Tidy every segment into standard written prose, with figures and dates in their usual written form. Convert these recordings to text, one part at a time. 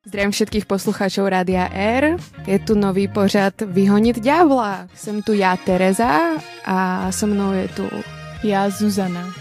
Zdravím všetkých posluchačov Rádia R. Je tu nový pořad Vyhonit ďábla. Jsem tu já, Tereza, a so mnou je tu já, Zuzana.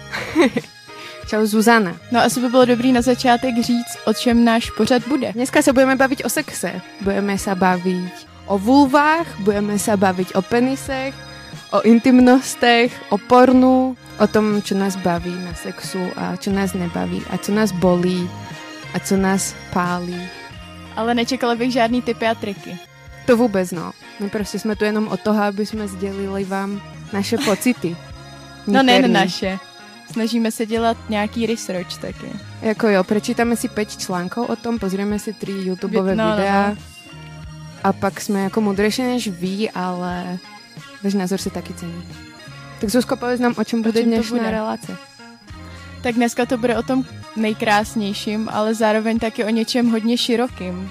Čau, Zuzana. No asi by bylo dobrý na začátek říct, o čem náš pořad bude. Dneska se budeme bavit o sexe. Budeme se bavit o vulvách, budeme se bavit o penisech, o intimnostech, o pornu, o tom, čo nás baví na sexu a čo nás nebaví a co nás bolí a co nás pálí. Ale nečekala bych žádný tipy a triky. To vůbec, no. My prostě jsme tu jenom o toho, aby jsme sdělili vám naše pocity. No ne naše. Snažíme se dělat nějaký research taky. Jako jo, prečítáme si 5 článkov o tom, pozrieme si 3 YouTubeové videa. No. A pak jsme jako mudrejší než vy, ale váš názor se taky cení. Tak Zuzko, povedz nám, o čem bude dnešná relace. Tak dneska to bude o tom nejkrásnějším, ale zároveň taky o něčem hodně širokým.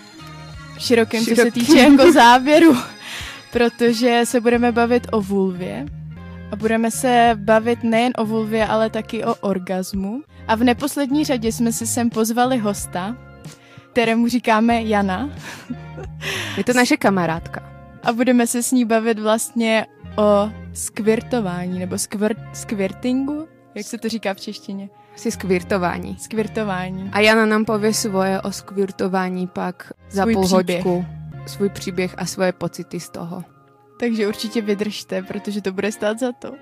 Širokým, co se týče jako záběru. Protože se budeme bavit o vulvě. A budeme se bavit nejen o vulvě, ale taky o orgazmu. A v neposlední řadě jsme si sem pozvali hosta, kterému říkáme Jana. Je to naše kamarádka. A budeme se s ní bavit vlastně o skvirtování, nebo skvirtingu. Jak se to říká v češtině? Asi skvirtování. Skvirtování. A Jana nám povie svoje o skvirtování pak za půl hoďku. Svůj příběh a svoje pocity z toho. Takže určitě vydržte, protože to bude stát za to.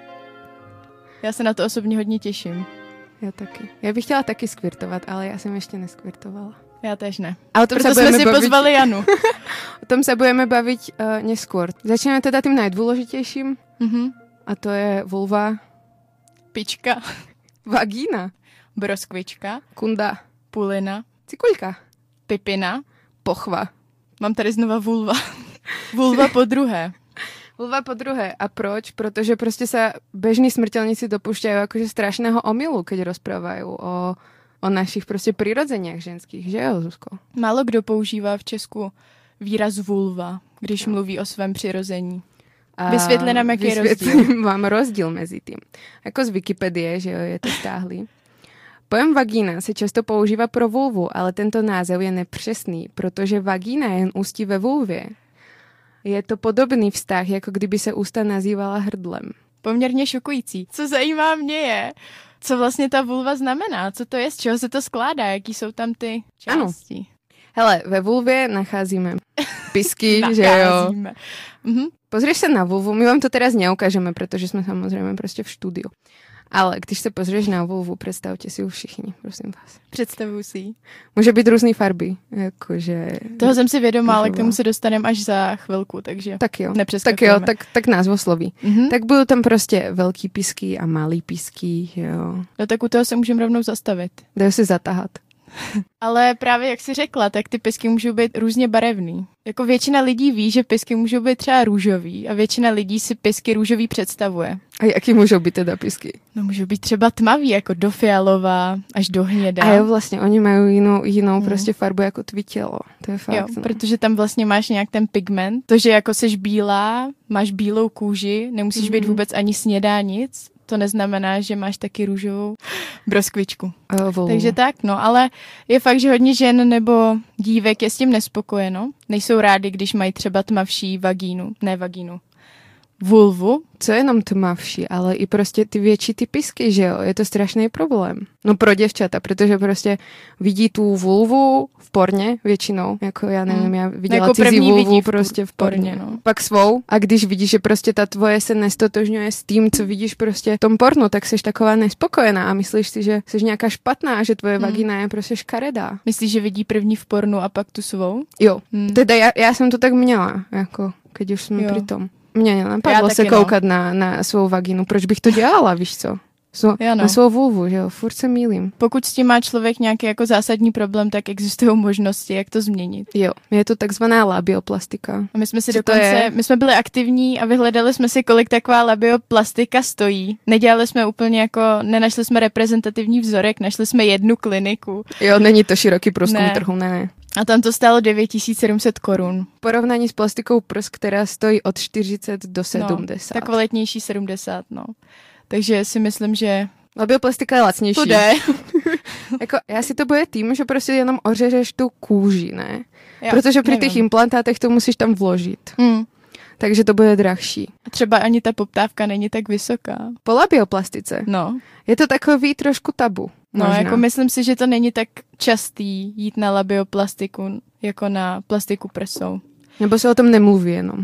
Já se na to osobně hodně těším. Já taky. Já bych chtěla taky skvirtovat, ale já jsem ještě neskvirtovala. Já tež ne. A o tom proto jsme si pozvali Janu. O tom se budeme bavit neskôr. Začneme teda tím nejdůležitějším. Mm-hmm. A to je vulva. Pička. Vagína. Broskvička. Kunda. Pulina. Cikulka. Pipina. Pochva. Mám tady znova vulva. Vulva po druhé. Vulva po druhé. A proč? Protože prostě se bežní smrtelníci dopúšťajú akože strašného omylu, keď rozprávajú o našich prostě přirozeních ženských, že jo, Zuzko? Málo kdo používá v Česku výraz vulva, když mluví o svém přirození. Vysvětli nám, jaký je rozdíl. Vám rozdíl mezi tím. Jako z Wikipedie, že jo, je to stáhlý. Pojem vagína se často používá pro vulvu, ale tento název je nepřesný, protože vagína jen ústí ve vulvě. Je to podobný vztah, jako kdyby se ústa nazývala hrdlem. Poměrně šokující. Co zajímá mě je, co vlastně ta vulva znamená, co to je, z čeho se to skládá, jaký jsou tam ty části. Ano. Hele, ve vulvě nacházíme pisky, že jo. Mhm. Pozrieš se na vulvu, my vám to teraz neukážeme, protože jsme samozřejmě prostě v studiu. Ale když se pozrieš na vulvu, představte si ju všichni, prosím vás. Představuji si ji. Může být různý farby, jakože... Toho jsem si vědomá, ale k tomu se dostaneme až za chvilku, takže tak jo. nepřeskakujeme. Tak názvosloví. Mm-hmm. Tak budou tam prostě velký pisky a malý pisky, jo. No tak u toho se můžeme rovnou zastavit. Dají se zatahat. Ale právě jak jsi řekla, tak ty pisky můžou být různě barevný. Jako většina lidí ví, že pisky můžou být třeba růžový a většina lidí si pisky růžový představuje. A jaký můžou být teda pisky? No můžou být třeba tmavý, jako do fialová až do hněda. A jo, vlastně oni mají jinou prostě farbu jako tvý tělo. To je fakt. Jo, no. Protože tam vlastně máš nějak ten pigment. To, že jako seš bílá, máš bílou kůži, nemusíš být vůbec ani snědá nic. To neznamená, že máš taky růžovou broskvičku. Takže tak, no, ale je fakt, že hodně žen nebo dívek je s tím nespokojeno. Nejsou rádi, když mají třeba tmavší vulvu. Co jenom tmavší, ale i prostě ty větší ty pisky, že jo, je to strašný problém. No pro děvčata, protože prostě vidí tu vulvu v porně většinou, jako já nevím, já viděla jako cizí vulvu prostě v porně. No. Pak svou a když vidíš, že prostě ta tvoje se nestotožňuje s tím, co vidíš prostě v tom pornu, tak seš taková nespokojená a myslíš si, že jsi nějaká špatná a že tvoje vagina je prostě škaredá. Myslíš, že vidí první v pornu a pak tu svou? Jo, teda já jsem to tak měla, jako, keď už jsme pri tom. Mně nenapadlo se koukat na svou vaginu. Proč bych to dělala, víš co? Na svou vulvu, že jo? Furt se mýlím. Pokud s tím má člověk nějaký jako zásadní problém, tak existují možnosti, jak to změnit. Jo, je to takzvaná labioplastika. A my jsme si my jsme byli aktivní a vyhledali jsme si, kolik taková labioplastika stojí. Nedělali jsme úplně jako, nenašli jsme reprezentativní vzorek, našli jsme jednu kliniku. Jo, není to široký průzkum trhu, ne. A tam to stálo 9700 korun. Porovnání s plastikou prs, která stojí od 40 do 70. No, tak kvalitnější 70, no. Takže si myslím, že Labioplastika je lacnější. To jde. Jako, já si to boje tím, že prostě jenom ořežeš tu kůži, ne? Jo, Protože při nevím. těch implantátech to musíš tam vložit. Hmm. Takže to bude drahší. A třeba ani ta poptávka není tak vysoká. Po labioplastice No. je to takový trošku tabu. No, Možná. jako myslím si, že to není tak častý jít na labioplastiku, jako na plastiku prsou. Nebo se o tom nemluví jenom.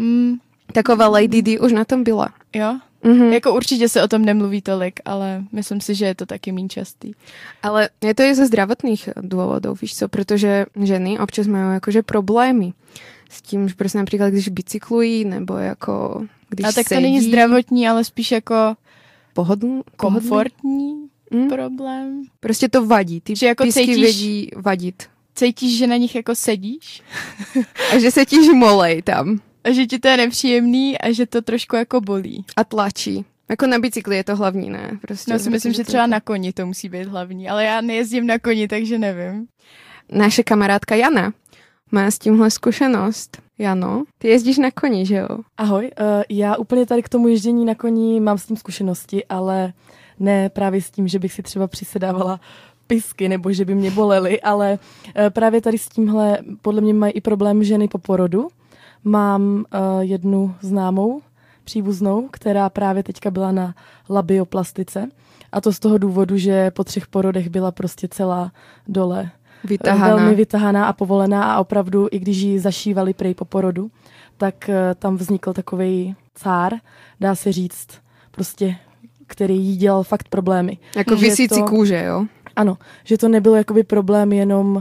Taková Lady Di už na tom byla. Jo? Mhm. Jako určitě se o tom nemluví tolik, ale myslím si, že je to taky méně častý. Ale je to i ze zdravotných důvodů, víš co, protože ženy občas mají jakože problémy s tím, že prostě například když bicyklují, nebo jako když A tak sedí. to není zdravotní, ale spíš jako Pohodlný? komfortní problém. Prostě to vadí. Ty Že jako písky cítíš- vědí vadit. Cítíš, že na nich jako sedíš A že se ti žmolej tam a že ti to je nepříjemný a že to trošku jako bolí. a tlačí. Jako na bicykli je to hlavní, ne? Prostě, No, já si myslím, že to třeba jako- na koni to musí být hlavní, ale já nejezdím na koni, takže nevím. Naše kamarádka Jana má s tímhle zkušenost. Jano, ty jezdíš na koni, že jo? Ahoj, já úplně tady k tomu ježdění na koni mám s tím zkušenosti, ale ne právě s tím, že bych si třeba přisedávala pisky nebo že by mě bolely, ale právě tady s tímhle podle mě mají i problém ženy po porodu. Mám jednu známou příbuznou, která právě teďka byla na labioplastice a to z toho důvodu, že po 3 porodech byla prostě celá dole. Vytahaná. Velmi vytahaná a povolená a opravdu, i když ji zašívali prej po porodu, tak tam vznikl takovej cár, dá se říct, prostě, který jí dělal fakt problémy. Jako Že visící kůže, jo? Ano, že to nebylo jakoby problém jenom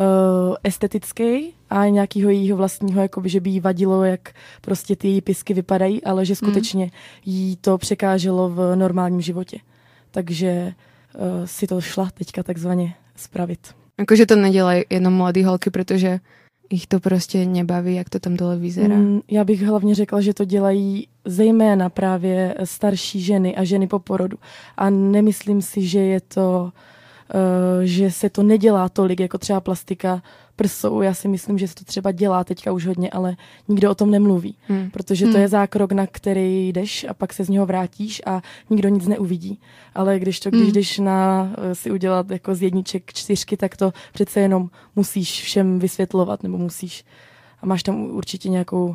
estetický a nějakého jejího vlastního, jakoby, že by jí vadilo, jak prostě ty její pisky vypadají, ale že skutečně jí to překáželo v normálním životě. Takže si to šla teďka takzvaně spravit. Jakože to nedělají jenom mladý holky, protože jich to prostě nebaví, jak to tam dole vyzerá. Já bych hlavně řekla, že to dělají zejména právě starší ženy a ženy po porodu. A nemyslím si, že je to, že se to nedělá tolik, jako třeba plastika prsou. Já si myslím, že se to třeba dělá teďka už hodně, ale nikdo o tom nemluví. Protože to je zákrok, na který jdeš a pak se z něho vrátíš a nikdo nic neuvidí. Ale když jdeš si udělat jako z 1 4, tak to přece jenom musíš všem vysvětlovat, nebo musíš. A máš tam určitě nějakou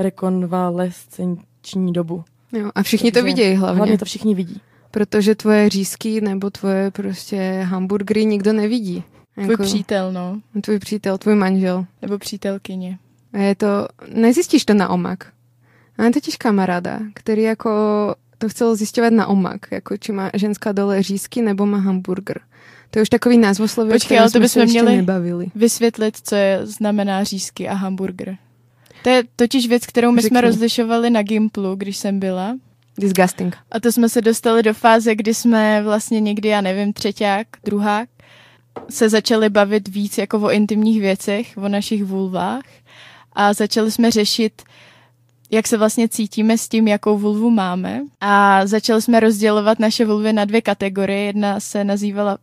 rekonvalescenční dobu. Jo, a všichni to vidějí hlavně. Hlavně to všichni vidí. Protože tvoje řízky nebo tvoje prostě hamburgery nikdo nevidí. Tvůj přítel, no. Tvůj přítel, tvůj manžel. Nebo přítelkyně. A je to, nezjistíš to na omak. Mám totiž kamaráda, který jako to chcel zjišťovat na omak, jako či má ženská dole řízky nebo má hamburger. To je už takový názvosloví, Počkej, ale to bychom měli nebavili. Vysvětlit, co znamená řízky a hamburger. To je totiž věc, kterou my jsme rozlišovali na Gimplu, když jsem byla. Disgusting. A to jsme se dostali do fáze, kdy jsme vlastně někdy, já nevím, třeťák, druhák, se začali bavit víc jako o intimních věcech, o našich vulvách a začali jsme řešit, jak se vlastně cítíme s tím, jakou vulvu máme a začali jsme rozdělovat naše vulvy na 2 kategorie. Jedna se nazývala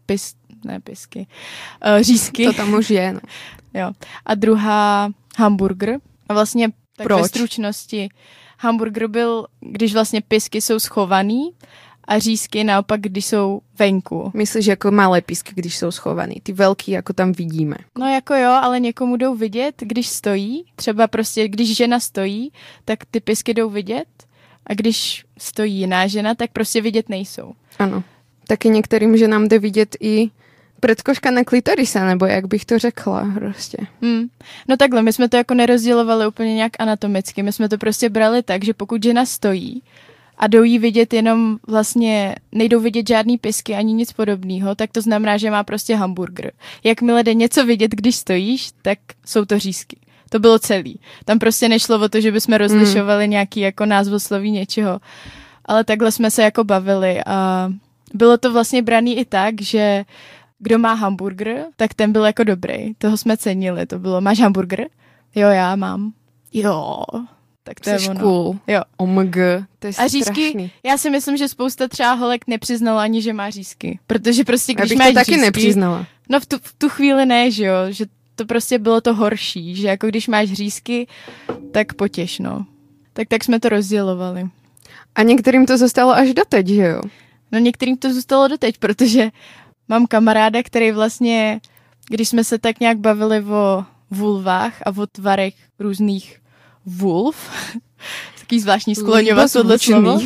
řízky. To tam už je, no. Jo. A druhá hamburger. A vlastně tak Proč? ve stručnosti hamburger byl, když vlastně pisky jsou schovaný a řízky naopak, když jsou venku. Myslíš jako malé písky, když jsou schovaný. Ty velký, jako tam vidíme. No jako jo, ale někomu jdou vidět, když stojí. Třeba prostě, když žena stojí, tak ty pisky jdou vidět. A když stojí jiná žena, tak prostě vidět nejsou. Ano. Taky některým ženám jde vidět i předkoška na klitorise, nebo jak bych to řekla prostě. No takhle, my jsme to jako nerozdělovali úplně nějak anatomicky. My jsme to prostě brali tak, že pokud žena stojí a jdou jí vidět jenom vlastně, nejdou vidět žádný pisky ani nic podobného, tak to znamená, že má prostě hamburger. Jakmile jde něco vidět, když stojíš, tak jsou to řízky. To bylo celý. Tam prostě nešlo o to, že bychom rozlišovali nějaký jako názvosloví něčeho. Ale takhle jsme se jako bavili a bylo to vlastně braný i tak, že kdo má hamburger, tak ten byl jako dobrý. Toho jsme cenili. To bylo, máš hamburger? Jo, já mám. Jo. Tak to je ono. Cool. Jo. OMG, to je A řízky, strašný. já si myslím, že spousta třeba holek nepřiznala ani, že má řízky. Protože prostě, když Já bych máš to taky řízky, nepřiznala. No v tu chvíli ne, že jo, že to prostě bylo to horší, že jako když máš řízky, tak potěš, no. Tak jsme to rozdělovali. A některým to zostalo až doteď, že jo? No některým to zůstalo doteď, protože mám kamaráda, který vlastně, když jsme se tak nějak bavili o vulvách a o tvarech různých vulv, taký zvláštní skloňovat tohle slovo,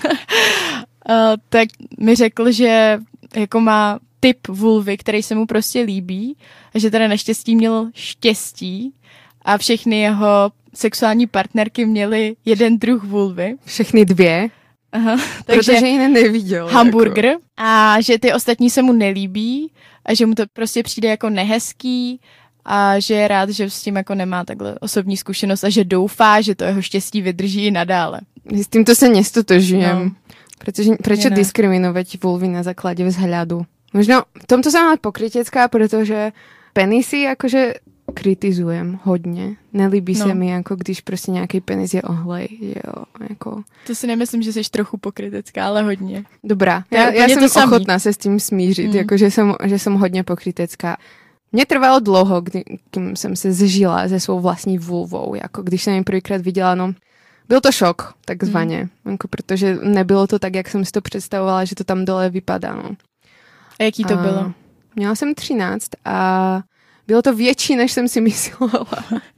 tak mi řekl, že jako má typ vulvy, který se mu prostě líbí a že teda naštěstí měl štěstí a všechny jeho sexuální partnerky měly jeden druh vulvy. Všechny dvě? Aha, protože jiné neviděl. Hamburger. Jako. A že ty ostatní se mu nelíbí a že mu to prostě přijde jako nehezký a že je rád, že s tím jako nemá takhle osobní zkušenost a že doufá, že to jeho štěstí vydrží i nadále. S týmto se nestotožujem. No. Prečo diskriminovať vulvy na základe vzhľadu? Možno v tomto som ale pokrytecká, pretože penisy akože kritizujem hodně. Nelíbí se mi, jako když prostě nějaký penis je ohlej. Jo, jako. To si nemyslím, že jsi trochu pokrytecká, ale hodně. Dobrá, já jsem ochotná se s tím smířit, jako, že jsem hodně pokrytecká. Mně trvalo dlouho, kým jsem se zžila se svou vlastní vulvou, jako když jsem ji prvýkrát viděla, no, byl to šok, takzvaně, jako, protože nebylo to tak, jak jsem si to představovala, že to tam dole vypadá, no. A jaký to bylo? Měla jsem 13 a bylo to větší, než jsem si myslela.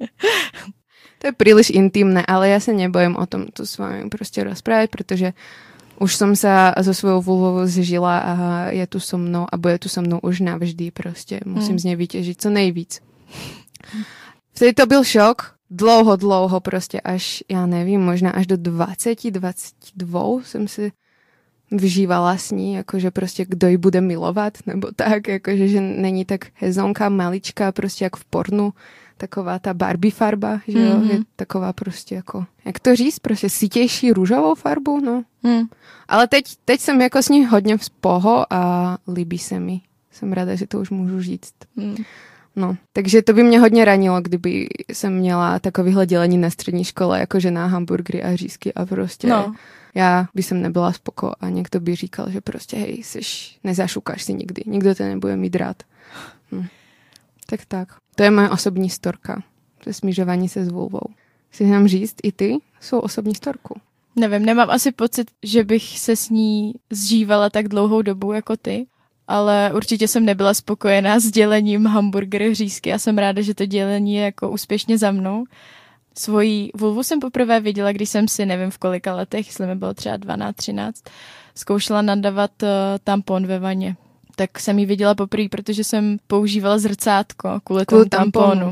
To je príliš intimné, ale ja sa nebojím o tom tu s vami prostě rozprávať, protože už som sa so svojou vulvou zžila a je tu so mnou a bude tu so mnou už navždy prostě. Musím z nej vytěžiť co nejvíc. Vtedy to byl šok. Dlouho prostě až, já nevím, možná až do 22 jsem si vyžívala s ní, jakože prostě kdo ji bude milovat, nebo tak, jakože že není tak hezonka, malička, prostě jak v pornu, taková ta Barbie farba, že jo, je taková prostě jako, jak to říct, prostě sítější růžovou farbu, no. Ale teď jsem jako s ní hodně v spoho a líbí se mi. Jsem ráda, že to už můžu říct. No, takže to by mě hodně ranilo, kdyby jsem měla takovýhle dělení na střední škole, jakože na hamburgery a řízky a prostě já by jsem nebyla spoko a někdo by říkal, že prostě hej, nezašukáš si nikdy, nikdo te nebude mít rád. Tak. To je moje osobní storka. To je smířování se s vulvou. Chci nám říct i ty svou osobní storku. Nevím, nemám asi pocit, že bych se s ní zžívala tak dlouhou dobu jako ty, ale určitě jsem nebyla spokojená s dělením hamburgery řízky a jsem ráda, že to dělení je jako úspěšně za mnou. Svoji vulvu jsem poprvé viděla, když jsem si, nevím v kolika letech, jestli mi bylo třeba 12, 13, zkoušela nadávat tampon ve vaně. Tak jsem ji viděla poprvé, protože jsem používala zrcátko kvůli tomu tamponu.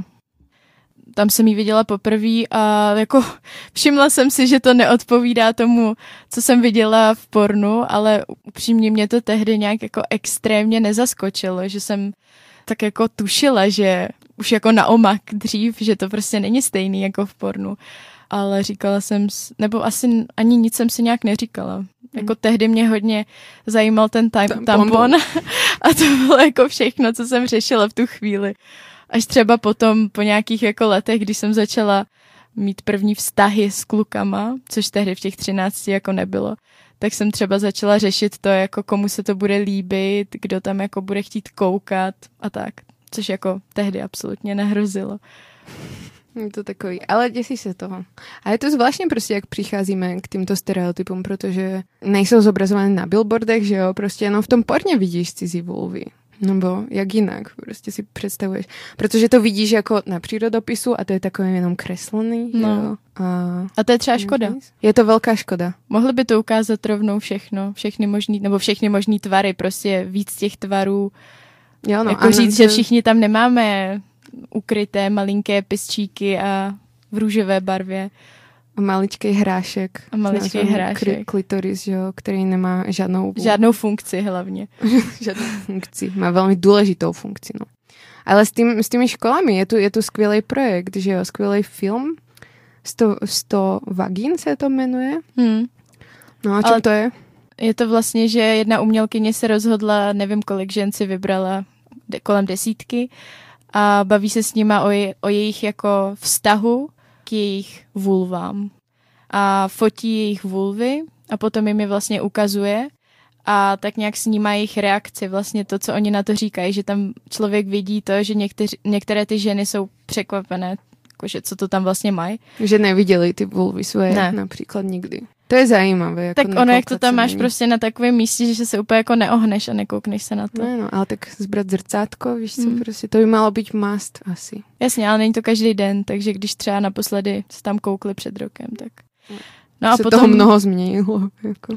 Tam jsem ji viděla poprvé a jako všimla jsem si, že to neodpovídá tomu, co jsem viděla v pornu, ale upřímně mě to tehdy nějak jako extrémně nezaskočilo, že jsem tak jako tušila, že už jako na omak dřív, že to prostě není stejný jako v pornu. Ale říkala jsem, nebo asi ani nic jsem si nějak neříkala. Jako tehdy mě hodně zajímal ten tampon a to bylo jako všechno, co jsem řešila v tu chvíli. Až třeba potom po nějakých jako letech, když jsem začala mít první vztahy s klukama, což tehdy v těch 13 jako nebylo, tak jsem třeba začala řešit to, jako komu se to bude líbit, kdo tam jako bude chtít koukat a tak. Což jako tehdy absolutně nehrozilo. Je to takový, ale děsí se toho. A je to zvláštně prostě, jak přicházíme k týmto stereotypům, protože nejsou zobrazované na billboardech, že jo, prostě jenom v tom porně vidíš cizí vulvy. Nebo jak jinak, prostě si představuješ. Protože to vidíš jako na přírodopisu a to je takové jenom kreslený. No. Jo? A to je třeba škoda. Je to velká škoda. Mohli by to ukázat rovnou všechny možný tvary, prostě víc těch tvarů. Jo, no, jako říct, že všichni tam nemáme ukryté malinké pisčíky a v růžové barvě. A maličký hrášek. Klitoris, jo, který nemá žádnou funkci hlavně. Žádnou funkci. Má velmi důležitou funkci, no. Ale s tými školami je tu skvělý projekt, že jo, skvělý film. 100 vagín se to jmenuje. No a čem to je? Je to vlastně, že jedna umělkyně se rozhodla, nevím kolik žen si vybrala, kolem 10 a baví se s nima o jejich jako vztahu k jejich vulvám. A fotí jejich vulvy a potom jim je vlastně ukazuje a tak nějak snímá jejich reakci, vlastně to, co oni na to říkají, že tam člověk vidí to, že některé ty ženy jsou překvapené, jakože co to tam vlastně mají. Že neviděli ty vulvy svoje například nikdy. To je zajímavé. Jako tak ono, jak to tam máš prostě na takovém místě, že se úplně jako neohneš a nekoukneš se na to. No, ale tak zbrat zrcátko, víš co, prostě to by malo být must asi. Jasně, ale není to každý den, takže když třeba naposledy se tam koukli před rokem, tak... No a se potom toho mnoho změnilo. Jako.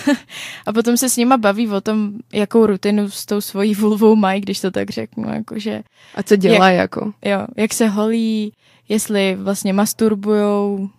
A potom se s nima baví o tom, jakou rutinu s tou svojí vulvou mají, když to tak řeknu. Jakože, a co dělají jako? Jo, jak se holí, jestli vlastně masturbujou,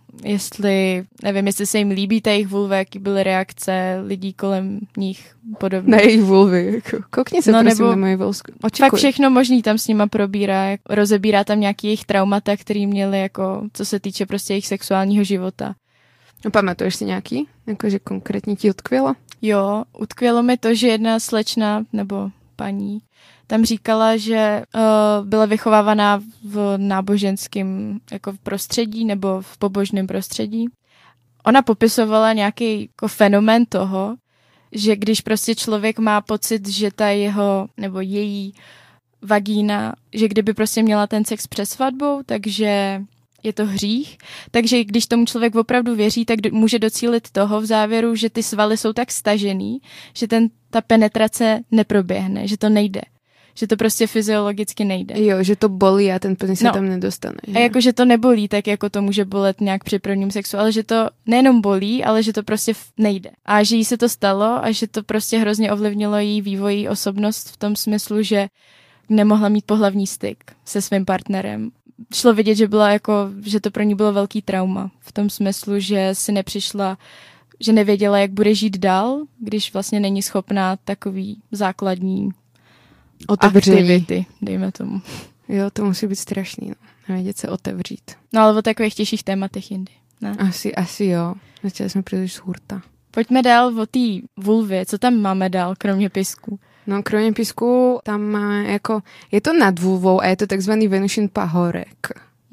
jestli se jim líbí ta jejich vulva, jaký byly reakce lidí kolem nich podobně. Na jejich vulvy, jako. Koukni se prosím na moji vulsku. Fakt všechno možný tam s nima probírá, rozebírá tam nějaký jejich traumata, který měli, jako, co se týče prostě jejich sexuálního života. A pamatuješ si nějaký? Jakože konkrétně ti utkvělo? Jo, utkvělo mi to, že jedna slečna, nebo paní, tam říkala, že byla vychovávaná v náboženském jako v prostředí nebo v pobožném prostředí. Ona popisovala nějaký jako fenomén toho, že když prostě člověk má pocit, že ta jeho nebo její vagína, že kdyby prostě měla ten sex před svatbou, takže je to hřích, takže když tomu člověk opravdu věří, tak může docílit toho v závěru, že ty svaly jsou tak stažený, že ta penetrace neproběhne, že to nejde. Že to prostě fyziologicky nejde. Jo, že to bolí a ten penis se tam nedostane. Že? A jako, že to nebolí, tak jako to může bolet nějak při prvním sexu, ale že to nejenom bolí, ale že to prostě nejde. A že jí se to stalo a že to prostě hrozně ovlivnilo její vývoj, její osobnost v tom smyslu, že nemohla mít pohlavní styk se svým partnerem. Šlo vidět, že to pro ní bylo velký trauma. V tom smyslu, že si nepřišla, že nevěděla, jak bude žít dál, když vlastně není schopná takový základní aktivity, dejme tomu. Jo, to musí být strašný, no. Nevědět se otevřít. No ale o takových těžších tématech jindy, ne? Asi jo. Začali jsme příliš z hurta. Pojďme dál o té vulvě. Co tam máme dál, kromě pisku? No, kromě pisku tam má jako, je to nad vulvou a je to takzvaný Venušin pahorek.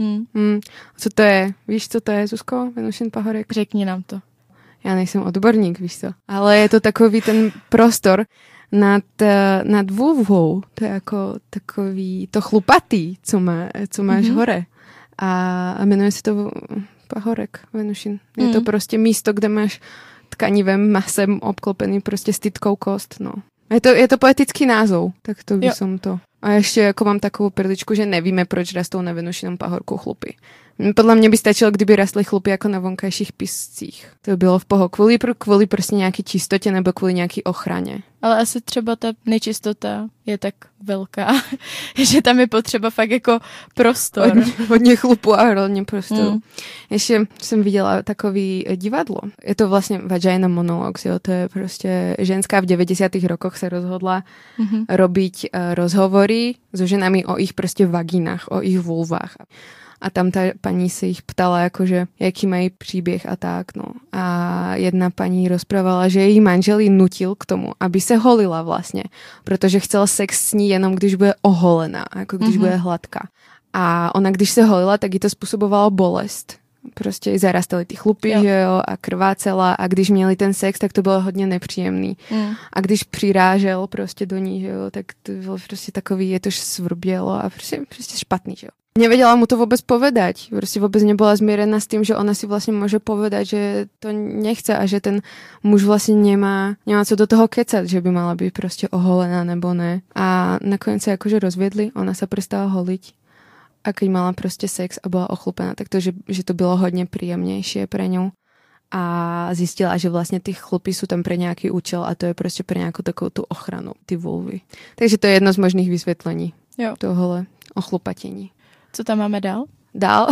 Co to je? Víš, co to je, Zuzko? Venušin pahorek? Řekni nám to. Já nejsem odborník, víš co? Ale je to takový ten prostor nad vulvou. To je jako takový, to chlupatý, co máš hore. A jmenuje se to pahorek Venušin. Je to prostě místo, kde máš tkanivém masem obklopený prostě stytkou kost, no. Je to poetický názov, tak to by som to. A ještě jako mám takovou perličku, že nevíme, proč rastou na Venušinom pahorku chlupy. Podle mě by stačilo, kdyby rastly chlupy jako na vonkajších piscích. To by bylo v poho. Kvůli prostě nějaký čistotě nebo kvůli nějaký ochraně. Ale asi třeba ta nečistota je tak velká, že tam je potřeba fakt jako prostor. Hodně chlupu a hodně prostoru. Ještě jsem viděla takový divadlo. Je to vlastně Vagina Monologues, jo. To je prostě ženská v 90. rokoch se rozhodla robiť rozhovory so ženami o ich prostě vaginách, o ich vulvách. A tam ta paní se jich ptala, jakože, jaký mají příběh a tak, no. A jedna paní rozprávala, že její manžel ji nutil k tomu, aby se holila vlastně, protože chcela sex s ní jenom, když bude oholená, jako když bude hladká. A ona, když se holila, tak jí to způsobovalo bolest. Prostě jí zarastaly ty chlupy, že jo, a krvácela a když měli ten sex, tak to bylo hodně nepříjemný. A když přirážel prostě do ní, že jo, tak to bylo prostě takový, je to svrbělo a prostě špatný, že jo. Nevedela mu to vôbec povedať. Proste vôbec nebola zmierená s tým, že ona si vlastne môže povedať, že to nechce a že ten muž vlastne nemá co do toho kecať, že by mala byť proste oholená nebo ne. A nakoniec sa akože rozviedli, ona sa prestala holiť. A keď mala proste sex a bola ochlupená, tak to, že to bylo hodne príjemnejšie pre ňu. A zistila, že vlastne tí chlupy sú tam pre nejaký účel a to je proste pre nejakú takovú tú ochranu, ty vulvy. Takže to je jedno z možných vysvetlení tohohle ochlupatení. Co tam máme dál? Dál?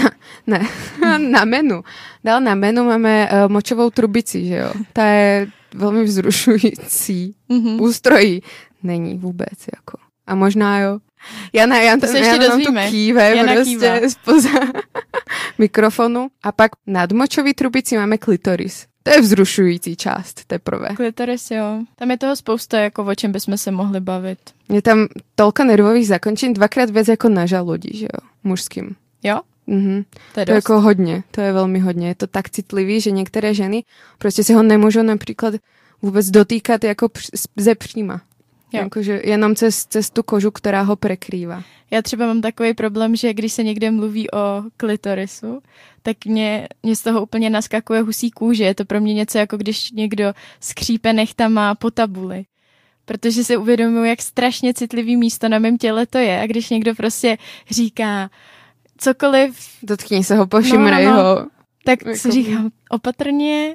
Na menu. Dál na menu máme močovou trubici, že jo? Ta je velmi vzrušující. Ústrojí. Není vůbec, jako. A možná jo. Jana to kýve prostě spoza mikrofonu. A pak nad močový trubici máme klitoris. To je vzrušující část teprve. Klitoris, jo. Tam je toho spousta, jako o čem bychom se mohli bavit. Je tam toľko nervových zakončení, dvakrát viac jako na žaludí, že jo, mužským. Jo? To je jako hodně, to je velmi hodně. Je to tak citlivý, že některé ženy prostě si ho nemůžou například vůbec dotýkat jako ze příma. Jakože jenom cez tu kožu, která ho prekrývá. Já třeba mám takový problém, že když se někde mluví o klitorisu, tak mě z toho úplně naskakuje husí kůže. Je to pro mě něco jako když někdo skřípe nechtama po tabuli. Protože si uvědomuji, jak strašně citlivý místo na mém těle to je. A když někdo prostě říká cokoliv... Dotkni se ho, pošimrej ho. Tak jako... si říkám opatrně.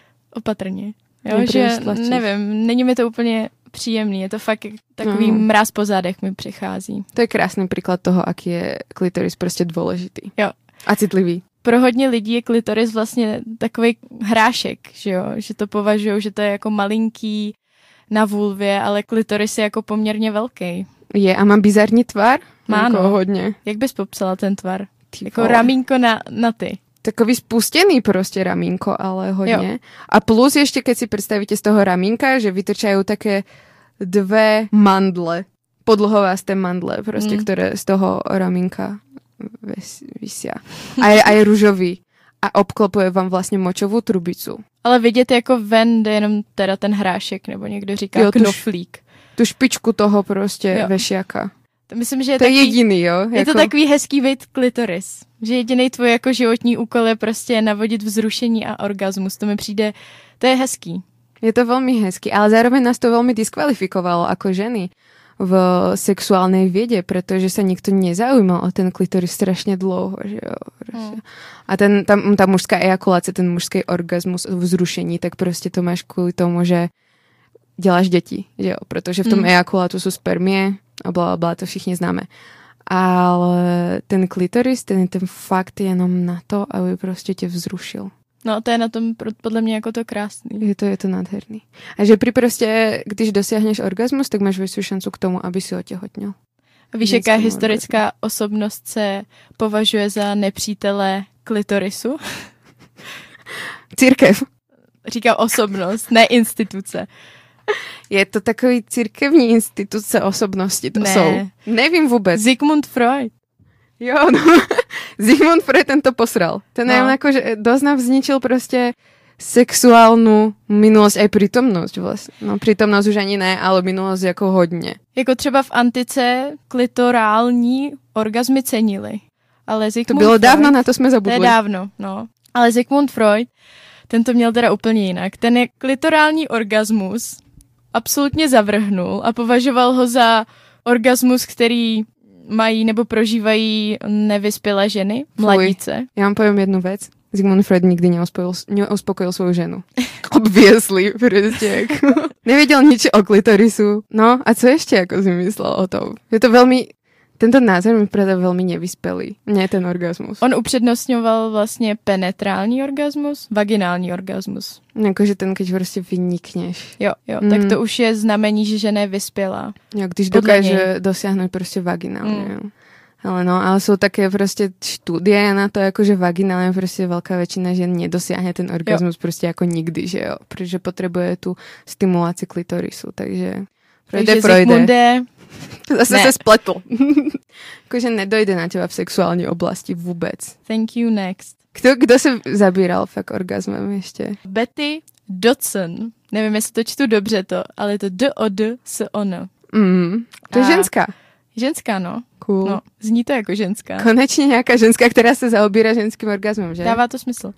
Jo, že nevím, není mi to úplně příjemný. Je to fakt takový mráz po zádech mi přichází. To je krásný příklad toho, aký je klitoris prostě důležitý. Jo. A citlivý. Pro hodně lidí je klitoris vlastně takový hrášek, že jo? Že to považují, že to je jako malinký na vulvě, ale klitoris je jako poměrně velký. Je a má bizarní tvar? Má, jako no. Hodně. Jak bys popsala ten tvar? Jako ramínko na ty. Takový spustený prostě ramínko, ale hodně. Jo. A plus ještě, keď si představíte z toho ramínka, že vytrčají také dve mandle, podlhovásté mandle, prostě, které z toho ramínka vysia. A je růžový. A obklopuje vám vlastně močovou trubicu. Ale vidět jako ven, jde jenom teda ten hrášek, nebo někdo říká knoflík. Tu špičku toho prostě vešiaka. To myslím, že je to takový, je jediný, jo? Je to takový hezký vid klitoris. Že jediný tvůj jako životní úkol je prostě navodit vzrušení a orgasmus. To mi přijde, to je hezký. Je to velmi hezký, ale zároveň nás to velmi diskvalifikovalo jako ženy v sexuálnej viede, pretože sa nikto nezaujímal o ten klitoris strašne dlouho. Že jo, a tá mužská ejakulácia, ten mužský orgasmus v vzrušení, tak prostě to máš kvůli tomu, že děláš děti, že jo, protože v tom ejakulátu sú spermie a blablabla, to všichni známe. Ale ten klitoris, ten fakt jenom na to, aby prostě tě vzrušil. No to je na tom podle mě jako to krásný. Je to nádherný. A že prostě, když dosiahneš orgasmus, tak máš větší šancu k tomu, aby si otěhotněl. A víš, jaká historická osobnost se považuje za nepřítele klitorisu? Církev. Říkám osobnost, ne instituce. Je to takový církevní instituce osobnosti, to jsou. Nevím vůbec. Sigmund Freud. Jo, no. Sigmund Freud ten to posral. Ten jakože dosť nám vzničil prostě sexuálnu minulosť aj prítomnosť vlastne. No prítomnosť už ani ne, ale minulosť jako hodně. Jako třeba v antice klitorální orgazmy cenili. Ale Sigmund to bylo Freud, dávno, na to jsme zabudli. To je dávno, no. Ale Sigmund Freud, ten to měl teda úplně jinak. Ten je klitorální orgasmus absolutně zavrhnul a považoval ho za orgasmus, který mají nebo prožívají nevyspělé ženy, mladíce. Já vám povím jednu věc. Sigmund Freud nikdy neuspokojil svou ženu. Obviously, prostě jako. Nevěděl nič o klitorisu. No a co ještě jako si myslel o tom? Je to velmi, tento názor mi přijde velmi nevyspělý. Ne ten orgasmus. On upřednostňoval vlastně penetrální orgasmus, vaginální orgasmus. Jakože ten, keď prostě vynikneš. Jo, tak to už je znamení, že žena je vyspělá. Jo, když dokáže dosáhnout prostě vaginálně, jo. Ale no, ale jsou také prostě štúdie na to, jakože vaginálně prostě velká většina žen nedosiahne ten orgasmus prostě jako nikdy, že jo. Protože potřebuje tu stimulaci klitorisu, takže Zigmunde. Zase se spletl. Jakože nedojde na teba v sexuální oblasti vůbec. Thank you, next. Kdo se zabíral fakt orgasmem ještě? Betty Dodson. Nevím, jestli to čtu dobře to, ale je to D-O-D-S-O-N. To je ženská. Ženská, no. Cool. No, zní to jako ženská. Konečně nějaká ženská, která se zaobírá ženským orgasmem, že? Dává to smysl.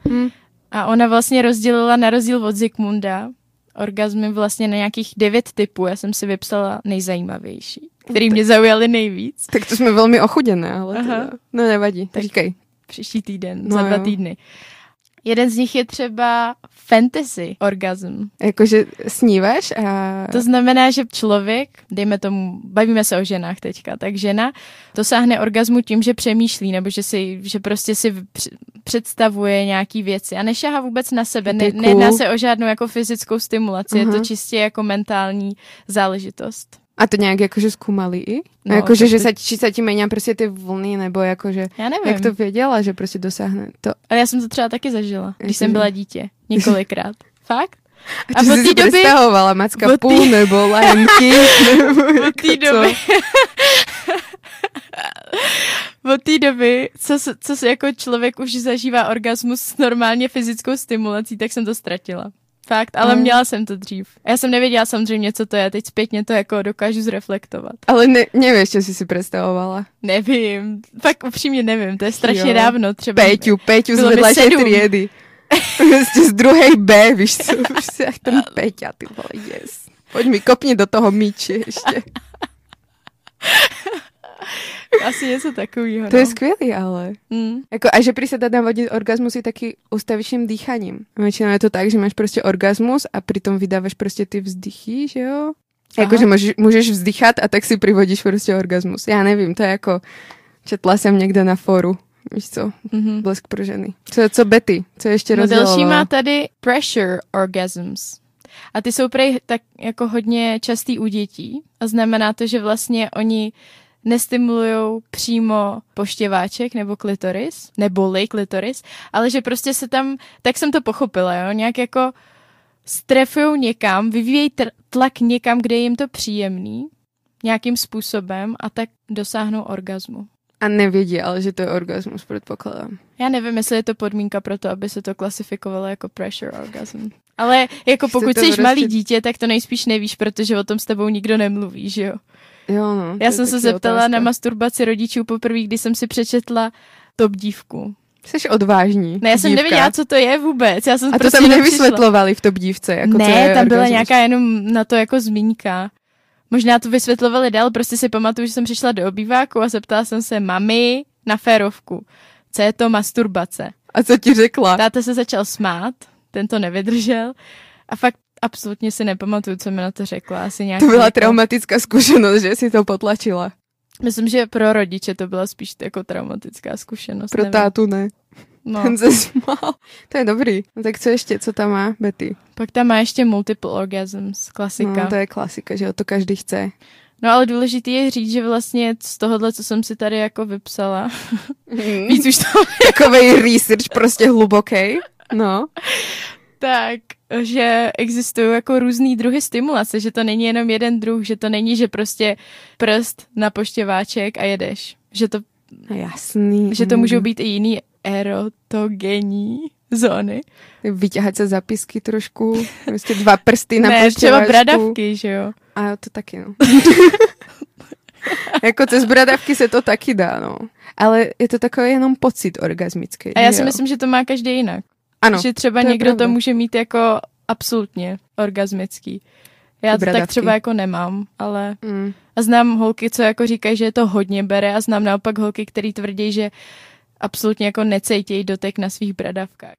A ona vlastně rozdělila na rozdíl od Zikmunda orgasmy vlastně na nějakých 9 typů. Já jsem si vypsala nejzajímavější, který mě zaujaly nejvíc. Tak to jsme velmi ochuděné, ale teda, no nevadí, tak říkej. Příští týden, za 2 týdny. Jeden z nich je třeba fantasy orgasm. Jakože sníváš a... To znamená, že člověk, dejme tomu, bavíme se o ženách teďka, tak žena dosáhne orgasmu tím, že přemýšlí, nebo že prostě si představuje nějaký věci a nešahá vůbec na sebe. Nejedná se o žádnou jako fyzickou stimulaci, je to čistě jako mentální záležitost. A to nějak jakože zkoumali i? No, jakože, či sa ti menia prostě ty vlny, nebo jakože... Já nevím. Jak to věděla, že prostě dosáhne to? Ale já jsem to třeba taky zažila, když jsem byla dítě. Několikrát. Fakt? A ty si představovala Macka půl, nebo Lion King, nebo od té doby... Od té doby, co jako člověk už zažívá orgasmus s normálně fyzickou stimulací, tak jsem to ztratila. Fakt, ale měla jsem to dřív. Já jsem nevěděla samozřejmě, co to je, teď zpětně to jako dokážu zreflektovat. Ale nevíš, co jsi si představovala. Nevím, fakt upřímně nevím, to je strašně dávno. Třeba Péťu z vedlejšej triedy. Prostě z druhej B, víš co, už si jak ten Péťa, ty vole, yes. Pojď mi, kopni do toho míči ještě. Asi něco takového. To je skvělý, ale. Jako, a že prý se dá navodit orgasmus i taky ustavičným dýchaním. Většinou je to tak, že máš prostě orgasmus a přitom vydáváš prostě ty vzdychy, že jo? Jakože můžeš vzdychat a tak si privodíš prostě orgasmus. Já nevím, to je jako, četla jsem někde na fóru. Víš co? Blesk pro ženy. Co Betty? Co ještě rozdělovala? Další má tady pressure orgasms. A ty jsou prej tak jako hodně častý u dětí. A znamená to, že vlastně oni nestimulujou přímo poštěváček nebo klitoris, neboli klitoris, ale že prostě se tam, tak jsem to pochopila, jo, nějak jako strefujou někam, vyvíjejí tlak někam, kde je jim to příjemný, nějakým způsobem a tak dosáhnou orgazmu. A nevědí, ale že to je orgasmus, předpokládám. Já nevím, jestli je to podmínka pro to, aby se to klasifikovalo jako pressure orgasm. Ale jako pokud jsi malý dítě, tak to nejspíš nevíš, protože o tom s tebou nikdo nemluví, že jo? Jo, no. Já jsem se zeptala otázka na masturbaci rodičů poprvé, když jsem si přečetla Top dívku. Jsi odvážní. Ne, já jsem nevěděla, co to je vůbec. Já jsem a to tam nevysvětlovali v Top dívce? Jako ne, tam byla nějaká jenom na to jako zmínka. Možná to vysvětlovali dál, prostě si pamatuju, že jsem přišla do obýváku a zeptala jsem se mami na férovku, co je to masturbace. A co ti řekla? Táta se začal smát, ten to nevydržel a fakt absolutně si nepamatuju, co mi na to řekla. Asi nějak to byla traumatická zkušenost, že si to potlačila. Myslím, že pro rodiče to byla spíš jako traumatická zkušenost. Pro tátu ne. No. Ten se smál. To je dobrý. No tak co ještě? Co tam má Betty? Pak tam má ještě multiple orgasms. Klasika. No, to je klasika, že to každý chce. No ale důležité je říct, že vlastně z tohohle, co jsem si tady jako vypsala, víc už to... Takovej research prostě hluboký. No. Tak, že existují jako různý druhy stimulace, že to není jenom jeden druh, že to není, že prostě prst na poštěváček a jedeš. Že to... Jasný. Že to můžou být i jiný erotogenní zóny. Vyťahat se zapisky trošku, prostě 2 prsty na poštěváčku. Ne, třeba bradavky, že jo. A to taky, no. Jako cez bradavky se to taky dá, no. Ale je to takový jenom pocit orgasmický. A já si myslím, že to má každý jinak. Ano. Že třeba někdo to může mít jako absolutně orgasmický. Já to tak třeba jako nemám, ale... A znám holky, co jako říkají, že to hodně bere a znám naopak holky, který tvrdí, že absolutně jako necejtějí dotek na svých bradavkách.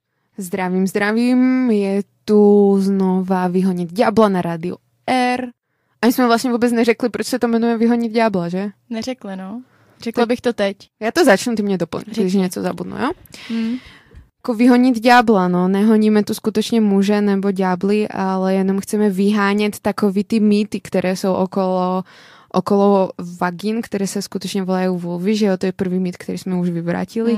Zdravím. Je tu znova Vyhonit ďábla na rádiu R. A my jsme vlastně vůbec neřekli, proč se to jmenuje Vyhonit ďábla, že? Neřekli, no. Řekla bych to teď. Já to začnu, ty mě doplň, když něco zabudnu, jo? Jako vyhonit ďábla, no. Nehoníme tu skutečně muže nebo ďábly, ale jenom chceme vyhánět takový ty mýty, které jsou okolo vagín, které se skutečně volají vulvy, že jo, to je první mýt, který jsme už vyvrátili.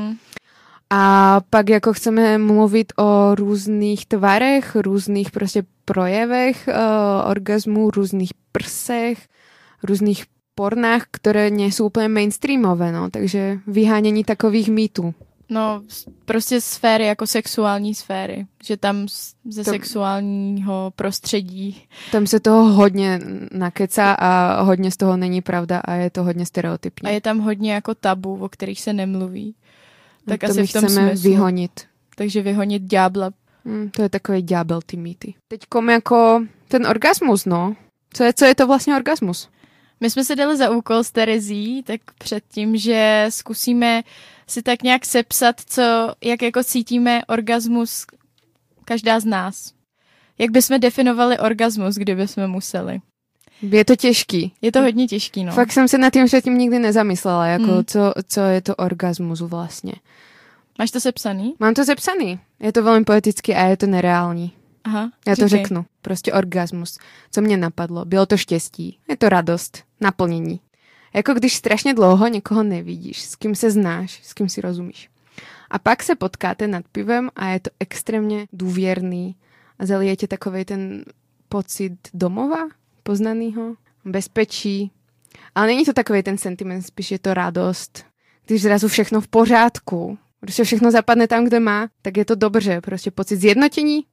A pak jako chceme mluvit o různých tvarech, různých prostě projevech orgazmu, různých prsech, různých pornách, které nejsou úplně mainstreamové, no, takže vyhánění takových mýtů. No, prostě sféry, jako sexuální sféry, že tam ze sexuálního prostředí. Tam se toho hodně nakecá a hodně z toho není pravda a je to hodně stereotypní. A je tam hodně jako tabu, o kterých se nemluví. Tak to asi my v tom chceme smyslu. Vyhonit. Takže vyhonit ďábla. To je takový ďábel, ty mýty. Teďkom jako ten orgasmus, no. Co je to vlastně orgasmus? My jsme se dali za úkol s Terezí, tak předtím, že zkusíme si tak nějak sepsat, jak jako cítíme orgasmus každá z nás. Jak bychom definovali orgasmus, kdyby jsme museli. Je to těžký. Je to hodně těžký, no. Fakt jsem se nad tím předtím nikdy nezamyslela, jako co je to orgasmus vlastně. Máš to sepsaný? Mám to sepsaný. Je to velmi poetický a je to nereální. Aha, já to řeknu. Prostě orgasmus. Co mě napadlo? Bylo to štěstí. Je to radost. Naplnění. Jako když strašně dlouho někoho nevidíš, s kým se znáš, s kým si rozumíš. A pak se potkáte nad pivem a je to extrémně důvěrný a zalijete tě takovej ten pocit domova, poznanýho, bezpečí. Ale není to takovej ten sentiment, spíš je to radost. Když zrazu všechno v pořádku, prostě všechno zapadne tam, kde má, tak je to dobře. Prostě pocit zjednotění,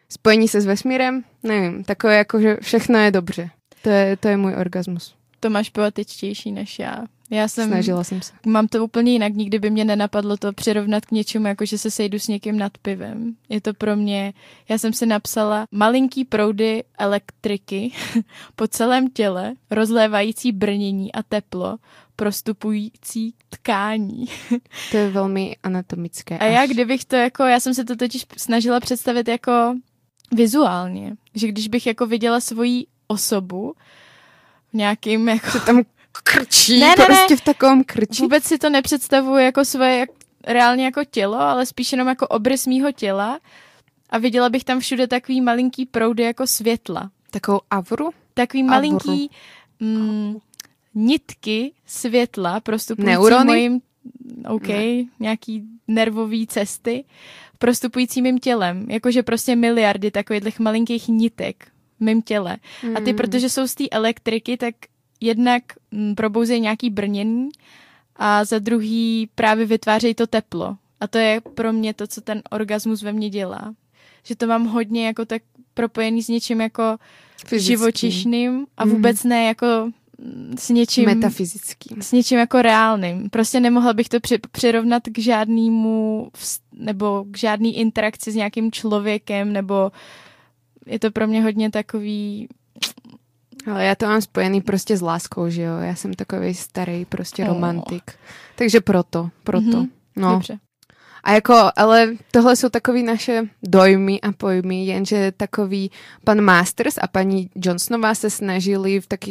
spojení se s vesmírem, nevím, takové jako, že všechno je dobře. To je můj orgasmus. To máš poetičtější než já. Snažila jsem se. Mám to úplně jinak, nikdy by mě nenapadlo to přirovnat k něčemu, jako že se sejdu s někým nad pivem. Je to pro mě, já jsem si napsala malinký proudy elektriky po celém těle, rozlévající brnění a teplo, prostupující tkání. To je velmi anatomické. A já kdybych to jako, já jsem se to totiž snažila představit jako vizuálně, že když bych jako viděla svoji osobu v nějakým jako... Se tam krčí, prostě v takovém krčí. Vůbec si to nepředstavuji jako svoje reálně jako tělo, ale spíš jenom jako obrys mýho těla a viděla bych tam všude takový malinký proudy jako světla. Takovou auru? Takový malinký nitky světla prostupující neurony? mojím nějaký nervový cesty prostupující mým tělem. Jakože prostě miliardy takových malinkých nitek v mým těle. A ty, protože jsou z té elektriky, tak jednak probouzejí nějaký brnění a za druhý právě vytvářejí to teplo. A to je pro mě to, co ten orgasmus ve mně dělá. Že to mám hodně jako tak propojený s něčím jako živočišným a vůbec ne jako s něčím... metafyzickým. S něčím jako reálným. Prostě nemohla bych to přirovnat k žádnému nebo k žádný interakci s nějakým člověkem, nebo je to pro mě hodně takový... Ale já to mám spojený prostě s láskou, že jo? Já jsem takový starý prostě romantik. Takže proto. No. Dobře. A jako, ale tohle jsou takový naše dojmy a pojmy, jenže takový pan Masters a paní Johnsonová se snažili v takých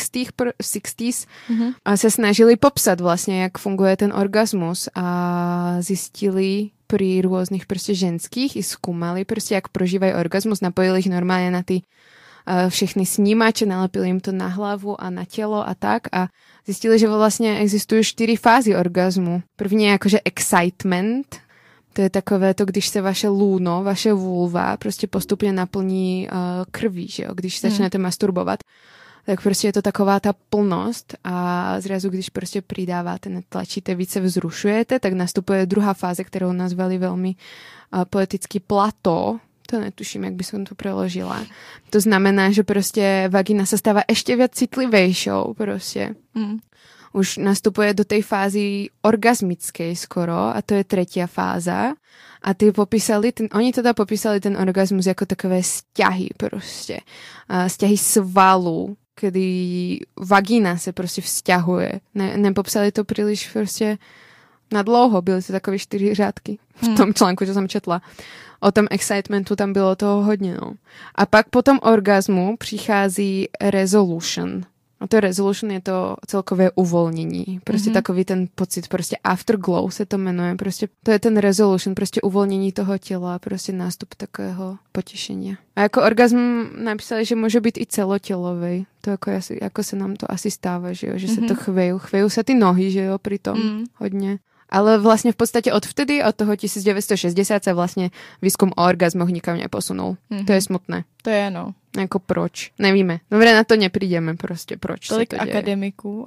60s a se snažili popsat vlastně, jak funguje ten orgasmus a zjistili pri různých prostě ženských i zkoumali prostě, jak prožívají orgasmus, napojili ich normálně na ty všechny snímače, nalepili jim to na hlavu a na tělo a tak a zjistili, že vlastně existují 4 fázy orgazmu. První je jakože excitement, to je takové to, když se vaše lůno, vaše vulva prostě postupně naplní krví, že jo, když začnete masturbovat. Tak prostě je to taková ta plnost a zrazu, když prostě přidáváte, netlačíte, více vzrušujete, tak nastupuje druhá fáze, kterou nazvali velmi poeticky plato. To netuším, jak by som to preložila. To znamená, že prostě vagina sa stáva ešte viac citlivejšou prostě. Už nastupuje do tej fázy orgasmickej skoro a to je tretia fáza. A oni teda popísali ten orgasmus jako takové vzťahy prostě. Vzťahy svalu, kedy vagina se prostě vzťahuje. Nepopsali to príliš prostě na dlouho, byly to takové 4 řádky v tom článku, čo som četla. O tom excitementu tam bylo toho hodně, no. A pak po tom orgazmu přichází resolution. A to resolution je to celkové uvolnění. Prostě takový ten pocit, prostě afterglow se to jmenuje. Prostě to je ten resolution, prostě uvolnění toho těla, prostě nástup takového potěšení. A jako orgasm napísali, že může být i celotělový. To jako se nám to asi stává, že jo, že se to chvějí se ty nohy, že jo, pri tom hodně. Ale vlastně v podstatě od toho 1960 se vlastně výzkum o orgazmoch nikam neposunul. To je smutné. To je, no. Jako proč? Nevíme. Dobre, na to neprídeme prostě, proč tolik se to děje. akademiků.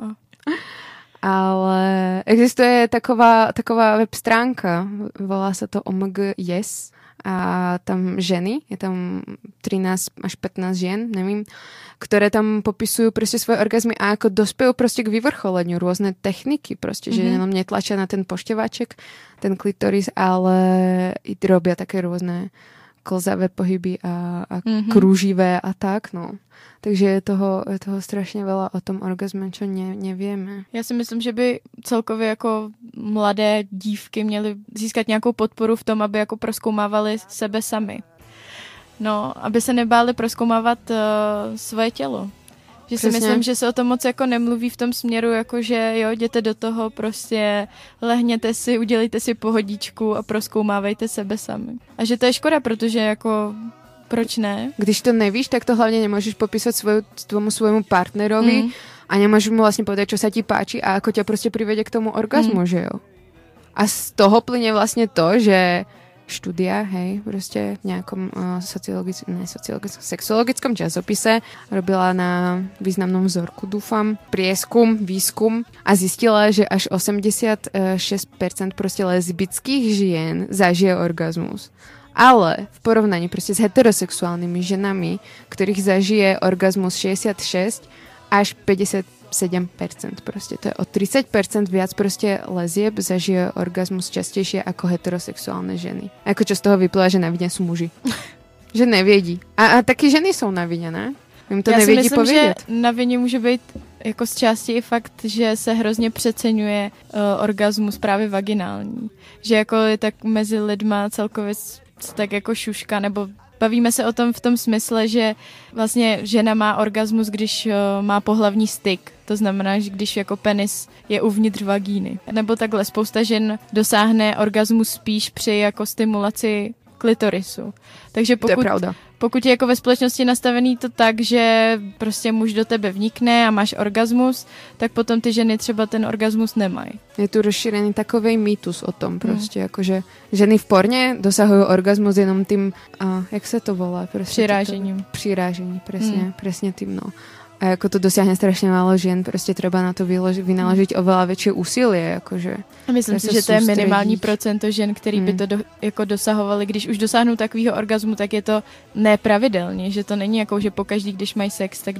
Ale existuje taková web stránka, volá se to OMG Yes a tam ženy, je tam 13 až 15 žien, nevím, ktoré tam popisujú prostě svoje orgazmy a ako dospejú prostě k vyvrcholeniu, rôzne techniky prostě, že jenom netlačia na ten pošťováček, ten klitoris, ale i robia také rôzne klzavé pohyby a kruživé a tak, no. Takže je toho strašně veľa o tom orgazme, čo nevieme. Já si myslím, že by celkově jako mladé dívky měly získat nějakou podporu v tom, aby jako prozkoumávali sebe sami. No, aby se nebáli prozkoumávat svoje tělo. Že si myslím, že se o tom moc jako nemluví v tom směru, jako že jo, jděte do toho, prostě lehněte si, udělejte si pohodičku a prozkoumávejte sebe sami. A že to je škoda, protože jako proč ne? Když to nevíš, tak to hlavně nemůžeš popísat svojmu partnerovi a nemůžeš mu vlastně povedať, čo sa ti páči a ako ťa prostě privede k tomu orgazmu, že jo? A z toho plyne vlastně to, že štúdia, hej, prostě v nejakom sexologickom časopise robila na významnom vzorku, dúfam, výskum a zistila, že až 86% prostě lesbických žien zažije orgazmus. Ale v porovnaní prostě s heterosexuálnymi ženami, ktorých zažije orgazmus 66 až 57%. Prostě to je o 30% viac prostě lezieb zažije orgazmus častejšie ako heterosexuálne ženy. A ako čo z toho vyplýva, že na vine sú muži. Že nevědí. A taky ženy jsou na vině, ne? Jim to nevědí myslím, povědět. Že na vině může být jako z části i fakt, že se hrozně přeceňuje orgasmus právě vaginální. Že jako je tak mezi lidma celkově tak jako šuška, nebo bavíme se o tom v tom smysle, že vlastně žena má orgasmus, když má pohlavní styk. To znamená, že když jako penis je uvnitř vagíny. Nebo takhle spousta žen dosáhne orgasmus spíš při jako stimulaci klitorisu. Takže pokud je jako ve společnosti nastavený to tak, že prostě muž do tebe vnikne a máš orgasmus, tak potom ty ženy třeba ten orgasmus nemají. Je tu rozšírený takovej mýtus o tom prostě, jakože ženy v porně dosahují orgasmus jenom tím, jak se to volá? Prostě přirážením. Přirážení, presne tým, no. A jako to dosiahne strašne málo žien, prostě treba na to vynaložiť oveľa väčšie úsilie, akože. A myslím si, že to je minimální procento žen, který by to jako dosahovali. Když už dosáhnou takového orgazmu, tak je to nepravidelně, že to není jako, že pokaždý, když mají sex, tak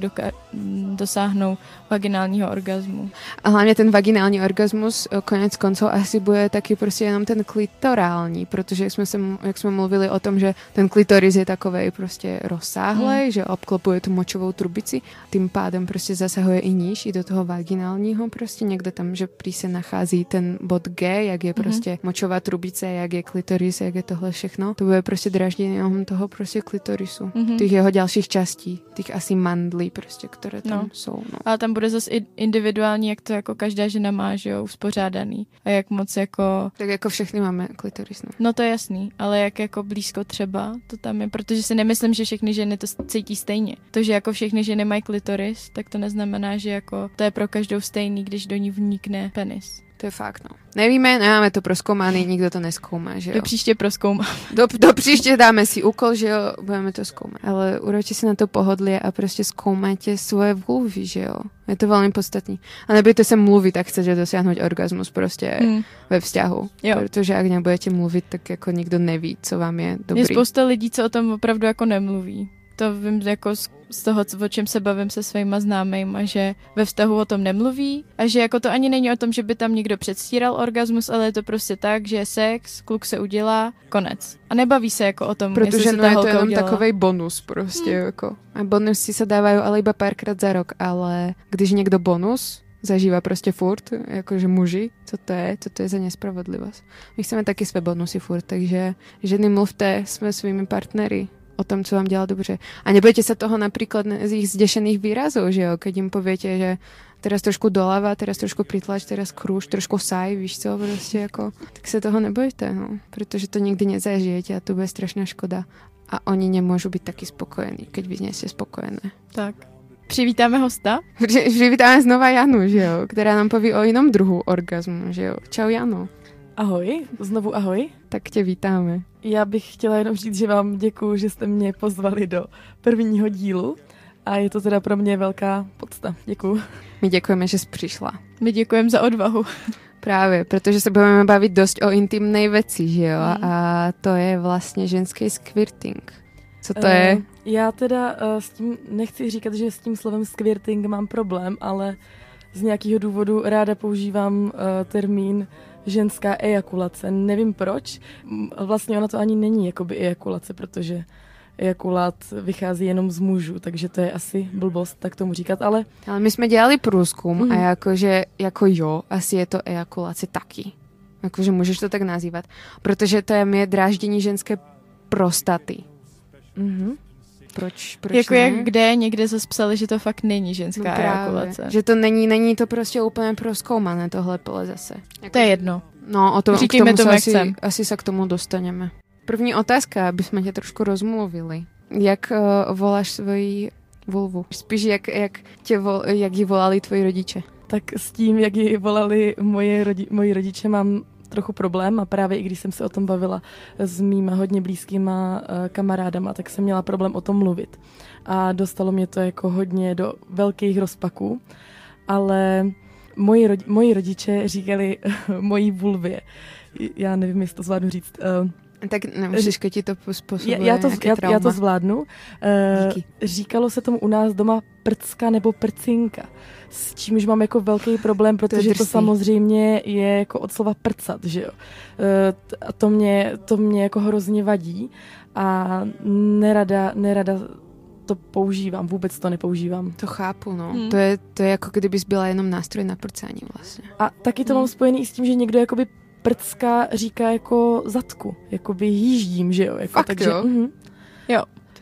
dosáhnou vaginálního orgazmu. A hlavně ten vaginální orgasmus konec koncov asi bude taky prostě jenom ten klitorální, protože jak jsme mluvili o tom, že ten klitoris je takovej prostě rozsáhlej, že obklopuje tu močovou trubici, tým pádem prostě zasahuje i níž, i do toho vaginálního prostě někde tam, že prý se nachází ten bod G, jak je prostě močová trubice, jak je klitoris, jak je tohle všechno. To bude prostě draždění jenom toho prostě klitorisu. Těch jeho dalších částí, těch asi mandlí prostě, které tam jsou. No. Ale tam bude zase individuální, jak to jako každá žena má, že jo, uspořádaný. A jak moc jako... Tak jako všechny máme klitoris, no. No to je jasný, ale jak jako blízko třeba to tam je, protože si nemyslím, že všechny ženy to cítí stejně. To, že jako všechny ženy mají klitoris, tak to neznamená, že jako to je pro každou stejný, když do ní vnikne penis. To je fakt, no. Nevíme, nemáme to proskoumaný, nikdo to neskoumá, že jo. Do příště proskoumá. Do příště dáme si úkol, že jo, budeme to zkoumat. Ale určitě si na to pohodlie a prostě zkoumajte svoje vulvy, že jo. Je to velmi podstatný. A nebudete se mluvit, ak chcete dosiahnuť orgasmus prostě ve vzťahu. Jo. Protože ak nebudete mluvit, tak jako nikdo neví, co vám je dobrý. Je spousta lidí, co o tom opravdu jako nemluví. To vím jako z toho, o čem se bavím se svýma známejma, že ve vztahu o tom nemluví a že jako to ani není o tom, že by tam někdo předstíral orgasmus, ale je to prostě tak, že je sex, kluk se udělá, konec. A nebaví se jako o tom, protože jestli se ta holka je to jenom udělala. Takovej bonus prostě. Jako. A bonusy se dávají ale iba párkrát za rok, ale když někdo bonus zažívá prostě furt, jakože muži, co to je za nespravodlivost. My chceme taky své bonusy furt, takže ženy mluvte jsme svými partnery o tom, co vám dělá dobře. A nebojte sa toho napríklad z ich zdešených výrazov, že jo, keď im poviete, že teraz trošku doľava, teraz trošku pritlač, teraz krúž, trošku saj, víš co, prostě jako, tak se toho nebojte, no, protože to nikdy nezažijete a to bude strašná škoda. A oni nemôžu byť taky spokojení, keď vy nie ste spokojené. Tak. Přivítáme hosta. Přivítáme znova Janu, že jo, která nám poví o jinom druhu orgazmu, že jo. Čau Jano. Ahoj, znovu ahoj. Tak tě vítáme. Já bych chtěla jenom říct, že vám děkuju, že jste mě pozvali do prvního dílu a je to teda pro mě velká podsta. Děkuju. My děkujeme, že jsi přišla. My děkujeme za odvahu. Právě, protože se budeme bavit dost o intimnej věci, že jo? A to je vlastně ženský squirting. Co to je? Já teda s tím nechci říkat, že s tím slovem squirting mám problém, ale z nějakého důvodu ráda používám termín ženská ejakulace. Nevím proč. Vlastně ona to ani není jakoby ejakulace, protože ejakulát vychází jenom z mužů, takže to je asi blbost tak tomu říkat, ale... Ale my jsme dělali průzkum a jakože, jako jo, asi je to ejakulace taky. Jakože můžeš to tak nazývat. Protože to je dráždění ženské prostaty. Proč jako ne? Jak kde, někde zase psali, že to fakt není ženská ejakulace. Že to není to prostě úplně prozkoumané tohle pole zase. To je jedno. No, o tom, říkejme tomu, asi se k tomu dostaneme. První otázka, aby jsme tě trošku rozmluvili. Jak voláš svoji vulvu? Spíš jak ji volali tvoji rodiče? Tak s tím, jak ji volali moji rodiče, mám trochu problém a právě i když jsem se o tom bavila s mýma hodně blízkýma kamarádama, tak jsem měla problém o tom mluvit. A dostalo mě to jako hodně do velkých rozpaků, ale moji rodiče říkali mojí vulvě, já nevím, jestli to zvládnu říct, Tak nemůžeš, ti to způsobuje já to zvládnu. Říkalo se tomu u nás doma prcka nebo prcinka, s čímž mám jako velký problém, protože to samozřejmě je jako od slova prcat, že jo. A to mě jako hrozně vadí a nerada to používám, vůbec to nepoužívám. To chápu, no. To je jako kdybys byla jenom nástroj na prcání vlastně. A taky to mám spojený i s tím, že někdo jakoby prcka říká jako zadku, jakoby jíždím, že jo. Jako, fakt takže, jo? Jo.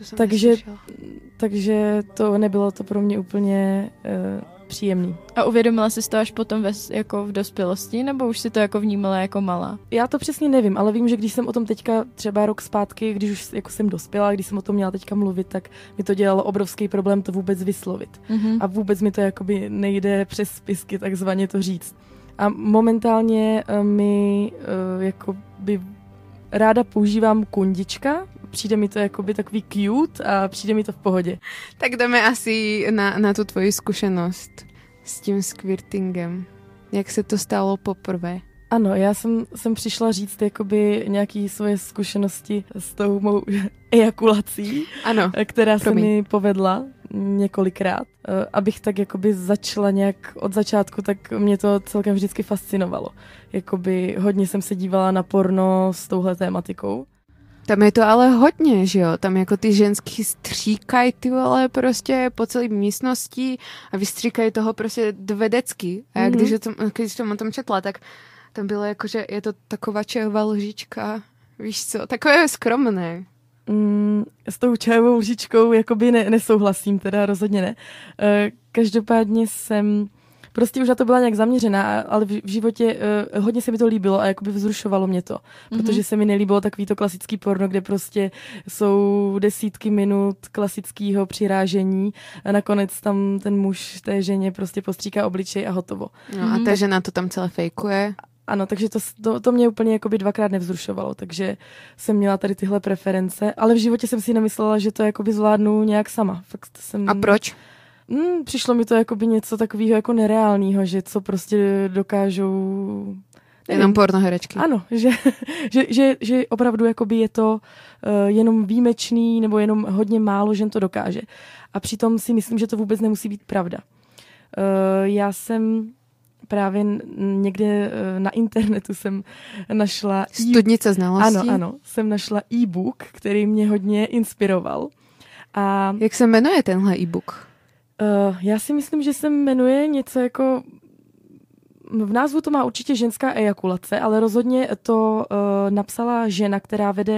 Takže to nebylo to pro mě úplně příjemný. A uvědomila jsi to až potom jako v dospělosti, nebo už si to jako vnímala jako malá? Já to přesně nevím, ale vím, že když jsem o tom teďka třeba rok zpátky, když už jako jsem dospěla, když jsem o tom měla teďka mluvit, tak mi to dělalo obrovský problém to vůbec vyslovit. Mm-hmm. A vůbec mi to jakoby nejde přes spisky takzvaně to říct. A momentálně mi jakoby ráda používám kundička, přijde mi to jakoby takový cute a přijde mi to v pohodě. Tak jdeme asi na tu tvoji zkušenost s tím squirtingem. Jak se to stalo poprvé? Ano, já jsem přišla říct jakoby nějaký svoje zkušenosti s tou mou ejakulací, ano, která se mi povedla několikrát. Abych tak jakoby začala nějak od začátku, tak mě to celkem vždycky fascinovalo. Jakoby hodně jsem se dívala na porno s touhle tématikou. Tam je to ale hodně, že jo? Tam jako ty ženský stříkají ty vole prostě po celé místnosti a vystříkají toho prostě 2 decky. A já když jsem o tom četla, tak tam bylo jako, že je to taková čajová lžička, víš co? Takové skromné. S tou čajovou lžičkou jakoby nesouhlasím, teda rozhodně ne. Každopádně jsem prostě už na to byla nějak zaměřená, ale v životě hodně se mi to líbilo a jakoby vzrušovalo mě to, protože se mi nelíbilo takový to klasický porno, kde prostě jsou desítky minut klasického přirážení a nakonec tam ten muž té ženě prostě postříká obličej a hotovo. No a ta žena to tam celé fejkuje. Ano, takže to mě úplně jakoby 2krát nevzrušovalo, takže jsem měla tady tyhle preference, ale v životě jsem si nemyslela, že to jakoby zvládnu nějak sama. Fakt A proč? Přišlo mi to jakoby něco takového jako nereálného, že co prostě dokážou... Jenom pornoherečky. Ano, že opravdu jakoby je to jenom výjimečný nebo jenom hodně málo žen to dokáže. A přitom si myslím, že to vůbec nemusí být pravda. Já jsem právě někde na internetu jsem našla... Studnice znalostí? Ano, jsem našla e-book, který mě hodně inspiroval. A jak se jmenuje tenhle e-book? Já si myslím, že se jmenuje něco jako... V názvu to má určitě ženská ejakulace, ale rozhodně to napsala žena, která vede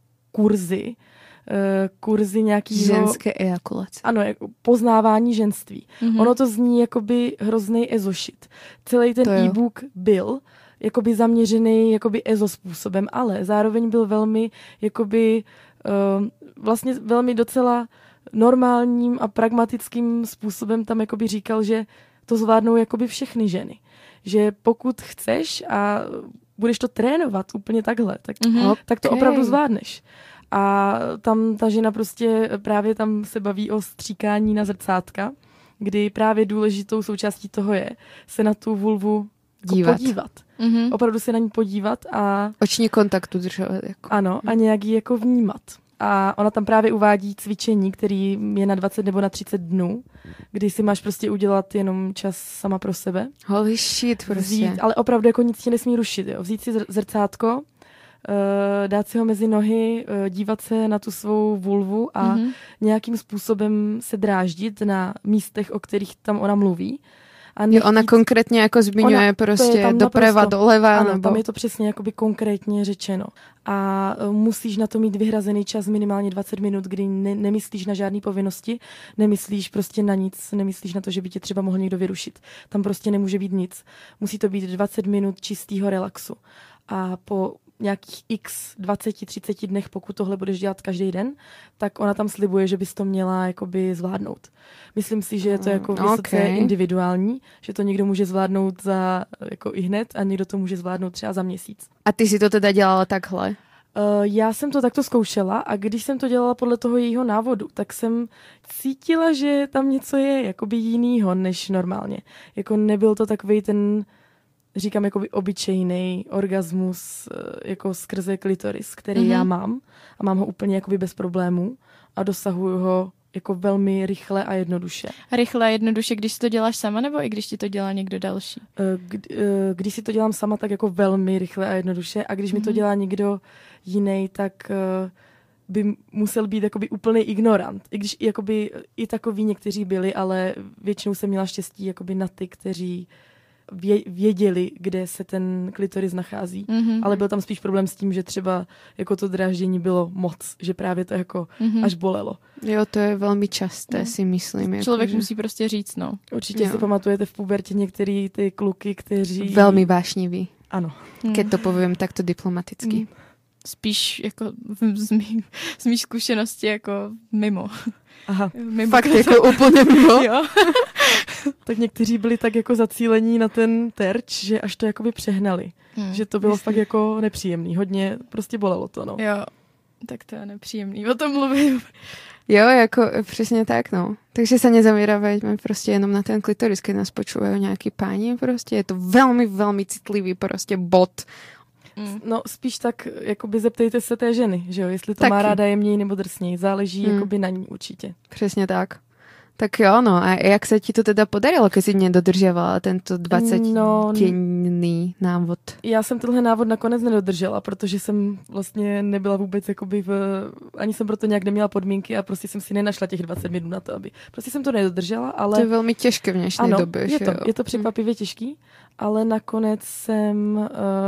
kurzy nějaký ženské ejakulace. Ano, poznávání ženství. Mm-hmm. Ono to zní jakoby hroznej ezošit. Celý ten e-book byl jakoby zaměřený jakoby ezo způsobem, ale zároveň byl velmi jakoby vlastně velmi docela normálním a pragmatickým způsobem tam jakoby říkal, že to zvládnou jakoby všechny ženy. Že pokud chceš a budeš to trénovat úplně takhle, tak to opravdu zvládneš. A tam ta žena prostě právě tam se baví o stříkání na zrcátka, kdy právě důležitou součástí toho je se na tu vulvu podívat. Mm-hmm. Opravdu se na ní podívat a... Oční kontaktu držet. Jako. Ano, a nějak ji jako vnímat. A ona tam právě uvádí cvičení, který je na 20 nebo na 30 dnů, kdy si máš prostě udělat jenom čas sama pro sebe. Holy shit, prostě. Ale opravdu jako nic tě nesmí rušit, jo. Vzít si zrcátko, dát si ho mezi nohy, dívat se na tu svou vulvu a nějakým způsobem se dráždit na místech, o kterých tam ona mluví. A ona konkrétně jako zmiňuje prostě doprava, doleva. Ano, nebo... tam je to přesně jakoby konkrétně řečeno. A musíš na to mít vyhrazený čas minimálně 20 minut, kdy nemyslíš na žádné povinnosti, nemyslíš prostě na nic, nemyslíš na to, že by tě třeba mohl někdo vyrušit. Tam prostě nemůže být nic. Musí to být 20 minut čistého relaxu. A po nějakých x 20-30 dnech, pokud tohle budeš dělat každý den, tak ona tam slibuje, že bys to měla jakoby zvládnout. Myslím si, že je to jako vysoce individuální, že to někdo může zvládnout za jako i hned a někdo to může zvládnout třeba za měsíc. A ty si to teda dělala takhle? Já jsem to takto zkoušela a když jsem to dělala podle toho jejího návodu, tak jsem cítila, že tam něco je jakoby jinýho než normálně. Jako nebyl to takovej ten říkám jakoby obyčejný orgasmus jako skrze klitoris, který já mám a mám ho úplně jakoby bez problémů a dosahuju ho jako velmi rychle a jednoduše. Rychle a jednoduše, když si to děláš sama, nebo i když ti to dělá někdo další? Když si to dělám sama, tak jako velmi rychle a jednoduše a když mi to dělá někdo jiný, tak by musel být jakoby úplný ignorant. I když jakoby i takový někteří byli, ale většinou jsem měla štěstí jakoby na ty, kteří věděli, kde se ten klitoris nachází, ale byl tam spíš problém s tím, že třeba jako to dráždění bylo moc, že právě to jako až bolelo. Jo, to je velmi časté, si myslím. Člověk jako, musí prostě říct, no. Určitě si pamatujete v pubertě některý ty kluky, kteří... Velmi vášniví. Ano. Keď to povím takto diplomaticky. Spíš jako z mých zkušeností jako mimo. Aha. Mimo fakt jako úplně mimo. Jo. Tak někteří byli tak jako zacílení na ten terč, že až to jakoby přehnali. Že to bylo fakt jako nepříjemný. Hodně prostě bolelo to, no. Jo, tak to je nepříjemný. O tom mluvím. Jo, jako přesně tak, no. Takže sa nezamieravajme prostě jenom na ten klitoris, keď nás počúvajú nejakí páni, prostě je to velmi, velmi citlivý prostě bod. No spíš tak, jakoby zeptejte se té ženy, že jo, jestli to Taky. má ráda jemněji nebo drsněji, záleží jakoby na ní určitě. Přesně tak. Tak jo, no a jak sa ti to teda podarilo, keď si nedodržiavala tento 20-denný návod? Já jsem tenhle návod nakonec nedodržela, protože jsem vlastně nebyla vůbec jakoby ani jsem proto nějak neměla podmínky a prostě jsem si nenašla těch 20 minut na to, aby... Prostě jsem to nedodržela, ale... To je velmi těžké v dnešní době. Je to překvapivě těžký, ale nakonec jsem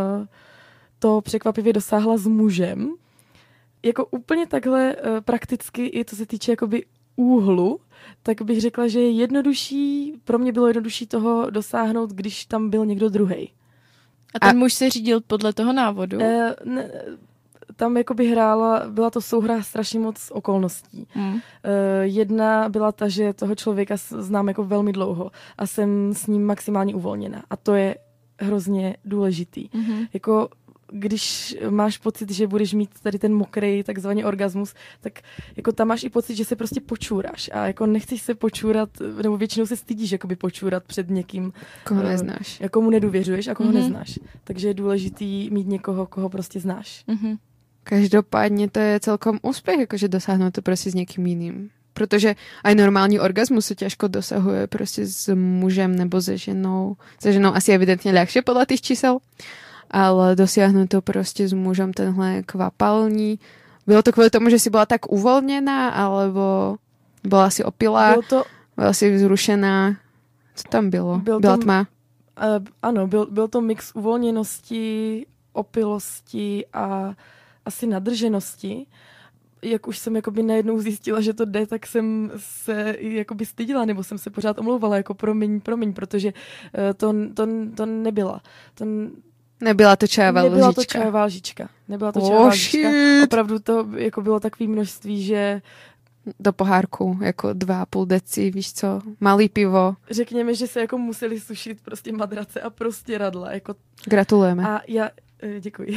to překvapivě dosáhla s mužem. Jako úplně takhle prakticky, i co se týče jakoby úhlu, tak bych řekla, že je jednodušší, pro mě bylo jednodušší toho dosáhnout, když tam byl někdo druhej. A ten muž se řídil podle toho návodu? Tam jakoby byla to souhra strašně moc okolností. Jedna byla ta, že toho člověka znám jako velmi dlouho a jsem s ním maximálně uvolněna. A to je hrozně důležitý. Jako když máš pocit, že budeš mít tady ten mokrý takzvaný orgasmus, tak jako tam máš i pocit, že se prostě počůráš a jako nechceš se počůrat, nebo většinou se stydíš jakoby počůrat před někým, koho neznáš. Komu nedůvěřuješ a koho neznáš. Takže je důležitý mít někoho, koho prostě znáš. Každopádně to je celkom úspěch, jakože dosáhnout to prostě s někým jiným. Protože aj normální orgasmus se těžko dosahuje prostě s mužem nebo se ženou. Se ženou asi evidentně ľahšie podľa tých čísel. Ale dosiahnuť to prostě s mužem tenhle kvapalní. Bylo to kvůli tomu, že si byla tak uvolněná, alebo byla si opilá, byla si vzrušená? Co tam bylo? Byla tma? Ano, byl to mix uvolněnosti, opilosti a asi nadrženosti. Jak už jsem jakoby najednou zjistila, že to jde, tak jsem se jakoby stydila, nebo jsem se pořád omlouvala, jako promiň, protože to nebyla. Nebyla to čajová lžička. Nebyla to čajová lžička. Opravdu to jako bylo takové množství, že... Do pohárku, jako 2,5 deci, víš co? Malý pivo. Řekněme, že se jako museli sušit prostě madrace a prostě radla. Jako... Gratulujeme. A já... Děkuji.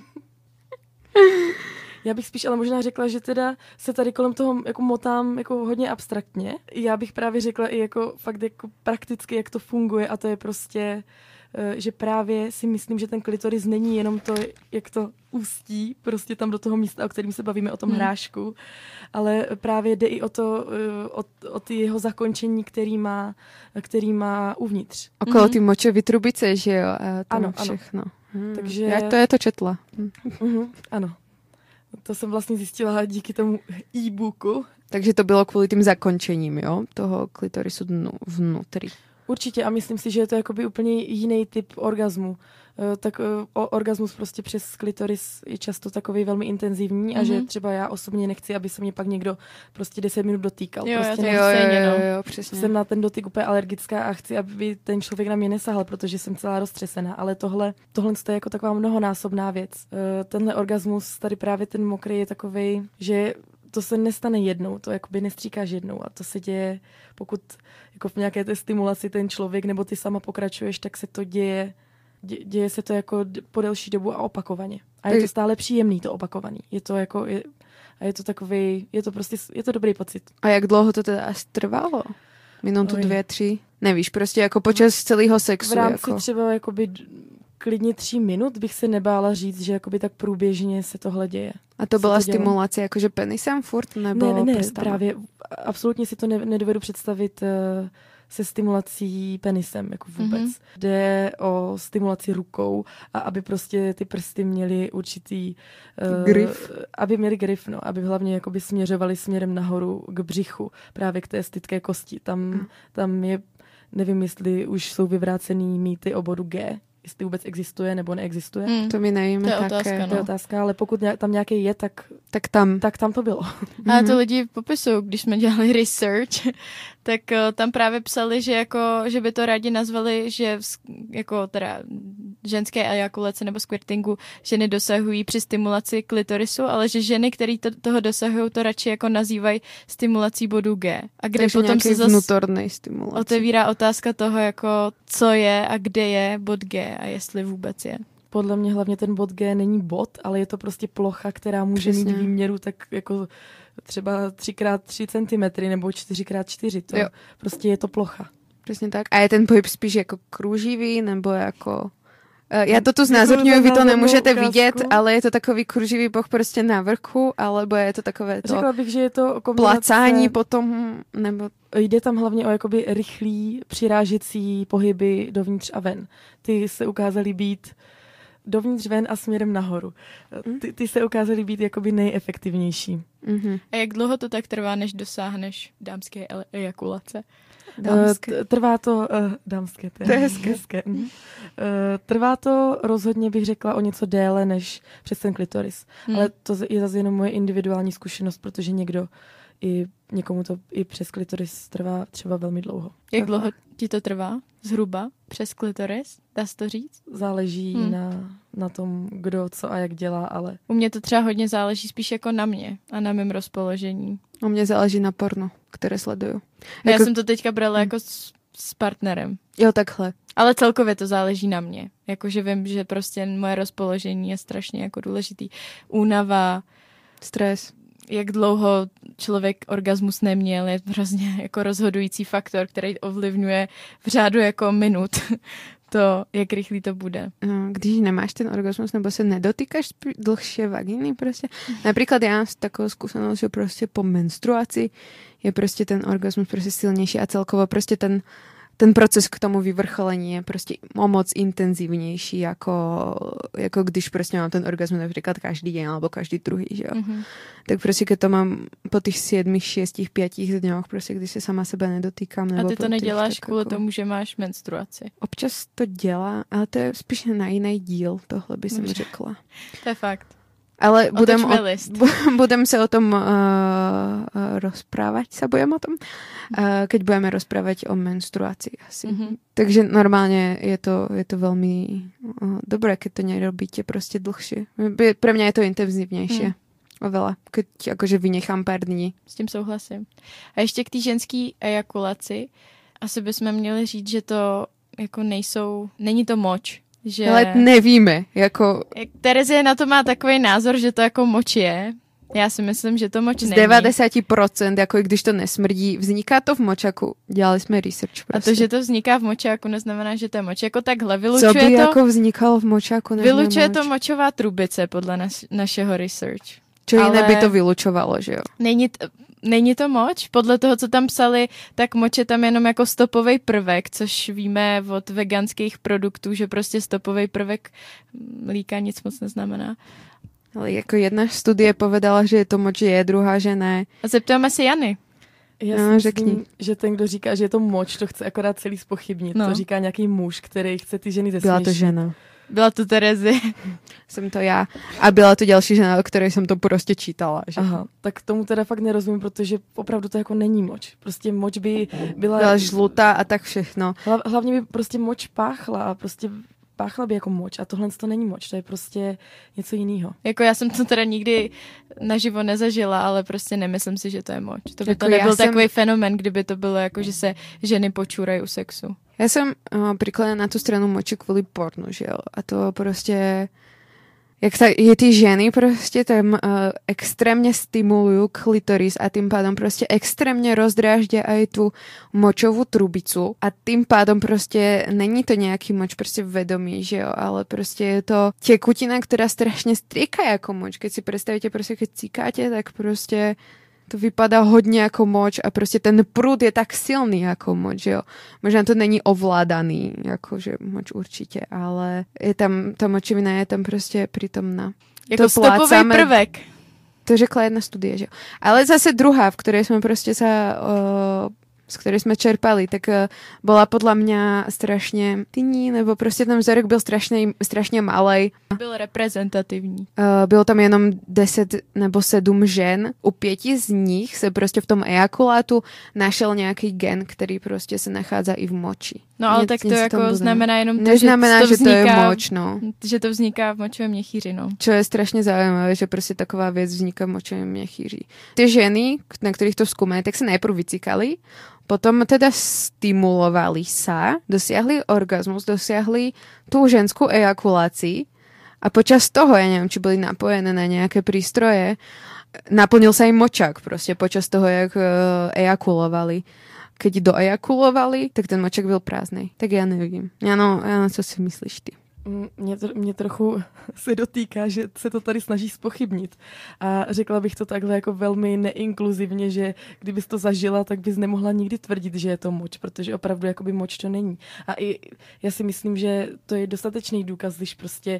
Já bych spíš ale možná řekla, že teda se tady kolem toho jako motám jako hodně abstraktně. Já bych právě řekla i jako fakt jako prakticky, jak to funguje a to je prostě... že právě si myslím, že ten klitoris není jenom to, jak to ústí prostě tam do toho místa, o kterém se bavíme, o tom hrášku, ale právě jde i o to, o ty jeho zakončení, který má uvnitř. Okolo ty močový trubice, že jo? A ano, všechno. Takže... Já to četla. Ano. To jsem vlastně zjistila díky tomu e-booku. Takže to bylo kvůli tým zakončením, jo? Toho klitorisu vnútri. Určitě a myslím si, že je to jakoby úplně jiný typ orgazmu. Tak orgasmus prostě přes klitoris je často takový velmi intenzivní a že třeba já osobně nechci, aby se mě pak někdo prostě 10 minut dotýkal. Jo, prostě jo, přesně. Jsem na ten dotyk úplně alergická a chci, aby ten člověk na mě nesahal, protože jsem celá roztřesená. Ale tohle je jako taková mnohonásobná věc. Tenhle orgasmus, tady právě ten mokrý je takovej, že to se nestane jednou, to jakoby nestříkáš jednou a to se děje, pokud jako v nějaké té stimulaci ten člověk nebo ty sama pokračuješ, tak se to děje se to jako po delší dobu a opakovaně. A je to stále příjemný to opakovaný. Je to jako, je to takový, je to dobrý pocit. A jak dlouho to teda trvalo? Minutu, 2, 3. Nevíš, prostě jako počas celého sexu. V rámci jako. třeba jakoby klidně 3 minut bych se nebála říct, že jakoby tak průběžně se tohle děje. A to byla stimulace jakože penisem furt? Nebo ne, prstama? právě absolutně si to nedovedu představit se stimulací penisem, jako vůbec. Jde o stimulaci rukou a aby prostě ty prsty měly určitý... grif. Aby měly grif, no. Aby hlavně jakoby směřovaly směrem nahoru k břichu, právě k té stytké kosti. Tam je, nevím, jestli už jsou vyvrácený mýty o bodu G, jestli vůbec existuje nebo neexistuje. To mi nevíme také. Otázka, To je otázka, ale pokud tam nějaký je, tak tam to bylo. A to lidi popisují, když jsme dělali research, tak tam právě psali, že by to rádi nazvali, že jako teda ženské ejakulace nebo squirtingu ženy dosahují při stimulaci klitorisu, ale že ženy, které toho dosahují, to radši jako nazývají stimulací bodu G. A kde takže potom se zase otevírá otázka toho, jako co je a kde je bod G a jestli vůbec je. Podle mě hlavně ten bod G není bod, ale je to prostě plocha, která může mít výměru tak jako třeba 3x3 cm nebo 4x4. To prostě je to plocha. Přesně tak. A je ten pohyb spíš jako kruživý nebo jako... Já to tu znázorňuji, vy to nemůžete vidět, ale je to takový kruživý poh prostě na vrchu, alebo je to takové to... Řekla bych, že je to plácání potom, nebo... Jde tam hlavně o jakoby rychlý přirážecí pohyby dovnitř a ven. Ty se ukázaly být dovnitř, ven a směrem nahoru. Ty se ukázaly být jakoby nejefektivnější. A jak dlouho to tak trvá, než dosáhneš dámské ejakulace? Trvá to... dámské, to je hezké. Trvá to rozhodně, bych řekla, o něco déle než přes ten klitoris. Ale to je zase jenom moje individuální zkušenost, protože někomu to i přes klitoris trvá třeba velmi dlouho. Jak dlouho ti to trvá? Zhruba přes klitoris? Dá se to říct? Záleží na tom, kdo co a jak dělá, ale... U mě to třeba hodně záleží spíš jako na mě a na mém rozpoložení. U mě záleží na porno, které sleduju. Já jsem to teďka brala jako s partnerem. Jo, takhle. Ale celkově to záleží na mě. Jakože vím, že prostě moje rozpoložení je strašně jako důležitý. Únava, stres. Jak dlouho člověk orgasmus neměl, je hrozně jako rozhodující faktor, který ovlivňuje v řádu jako minut to, jak rychlý to bude. Když nemáš ten orgasmus, nebo se nedotýkáš dlhšie vagíny prostě. Například já mám takovou zkušenost, že prostě po menstruaci je prostě ten orgasmus prostě silnější a celkovo prostě ten proces k tomu vyvrcholení je prostě o moc intenzivnější, jako když prostě mám ten orgasmus například každý den alebo každý druhý, že jo. Tak prostě keď to mám po těch 7, 6, 5 dňoch, prostě když se sama sebe nedotýkám. Nebo a ty to neděláš tak kvůli jako... tomu, že máš menstruaci? Občas to dělá, ale to je spíš na jiný díl, tohle by jsem řekla. To je fakt. Ale budem se o tom rozprávať, o tom, keď budeme rozprávať o menstruaci asi. Takže normálně je to velmi dobré, keď to nerobíte prostě dlhšie. Pre mňa je to intenzivnější. Oveľa, keď akože vynechám pár dní. S tím souhlasím. A ještě k té ženské ejakulaci, asi bychom měli říct, že to jako není to moč. Že... Ale nevíme, jako... Terezie na to má takový názor, že to jako moč je. Já si myslím, že to moč není. Z 90%, jako i když to nesmrdí, vzniká to v močaku. Dělali jsme research prostě. A to, že to vzniká v močáku, neznamená, že to je moč. Jako takhle vylučuje to... Co by to... jako vznikalo v močáku? Vylučuje to močová trubice podle našeho research. Čo jiné by to vylučovalo, že jo? Není to moč? Podle toho, co tam psali, tak moč je tam jenom jako stopový prvek, což víme od veganských produktů, že prostě stopový prvek mlíka nic moc neznamená. Ale jako jedna studie povedala, že je to moč, je druhá, že ne. A zeptáme si Jany. Já si myslím, že ten, kdo říká, že je to moč, to chce akorát celý zpochybnit. To říká nějaký muž, který chce ty ženy zesměšnit. Byla to žena. Byla to Terezie. Jsem to já. A byla to další žena, o které jsem to prostě čítala. Že? Aha, tak tomu teda fakt nerozumím, protože opravdu to jako není moč. Prostě moč by byla žlutá a tak všechno. Hlavně by prostě moč páchla a prostě páchla by jako moč a tohle to není moč, to je prostě něco jiného. Jako já jsem to teda nikdy naživo nezažila, ale prostě nemyslím si, že to je moč. To by jako to nebyl takový fenomén, kdyby to bylo jako, že se ženy počúrají u sexu. Já jsem prikladala na tu stranu moči kvůli pornu, že jo. A to prostě jak sa ty ženy proste tam extrémne stimulujú klitoris a tým pádom proste extrémne rozdráždia aj tú močovú trubicu a tým pádom proste není to nejaký moč proste vedomý, že jo, ale proste je to tekutina, ktorá strašne strieka ako moč. Keď si predstavíte proste, keď cikáte, tak proste to vypadá hodně jako moč a prostě ten prúd je tak silný jako moč, jo. Možná to není ovládaný, jakože moč určitě, ale je tam, ta močovina je tam prostě prítomná. Jako stopový prvek. To řekla jedna studie, že jo. Ale zase druhá, v ktorej sme prostě z ktorej jsme čerpali, tak bola podľa mňa strašně tyní, nebo prostě ten vzorek byl strašně malej. Byl reprezentativní. Bylo tam jenom 10 nebo 7 žen. U 5 z nich se prostě v tom ejakulátu našel nějaký gen, který prostě se nachádza i v moči. No ale tak to jako znamená jenom to, neznamená, že to vzniká, že to je moč, no. Že to vzniká v močovém měchýři, no. Čo je strašně zajímavé, že prostě taková věc vzniká v močovém měchýři. Ty ženy, na kterých to zkoumali, tak se najprv vycikali, potom teda stimulovali sa, dosiahli orgazmus, dosiahli tú ženskú ejakulácii a počas toho, ja neviem, či boli napojené na nejaké prístroje, naplnil sa im močák prostě počas toho, jak ejakulovali. Keď doejakulovali, tak ten močák byl prázdnej. Tak já nevím. Ano, co si myslíš ty? Mě trochu se dotýká, že se to tady snaží zpochybnit. A řekla bych to takhle jako velmi neinkluzivně, že kdybys to zažila, tak bys nemohla nikdy tvrdit, že je to moč, protože opravdu jakoby moč to není. A i já si myslím, že to je dostatečný důkaz, když prostě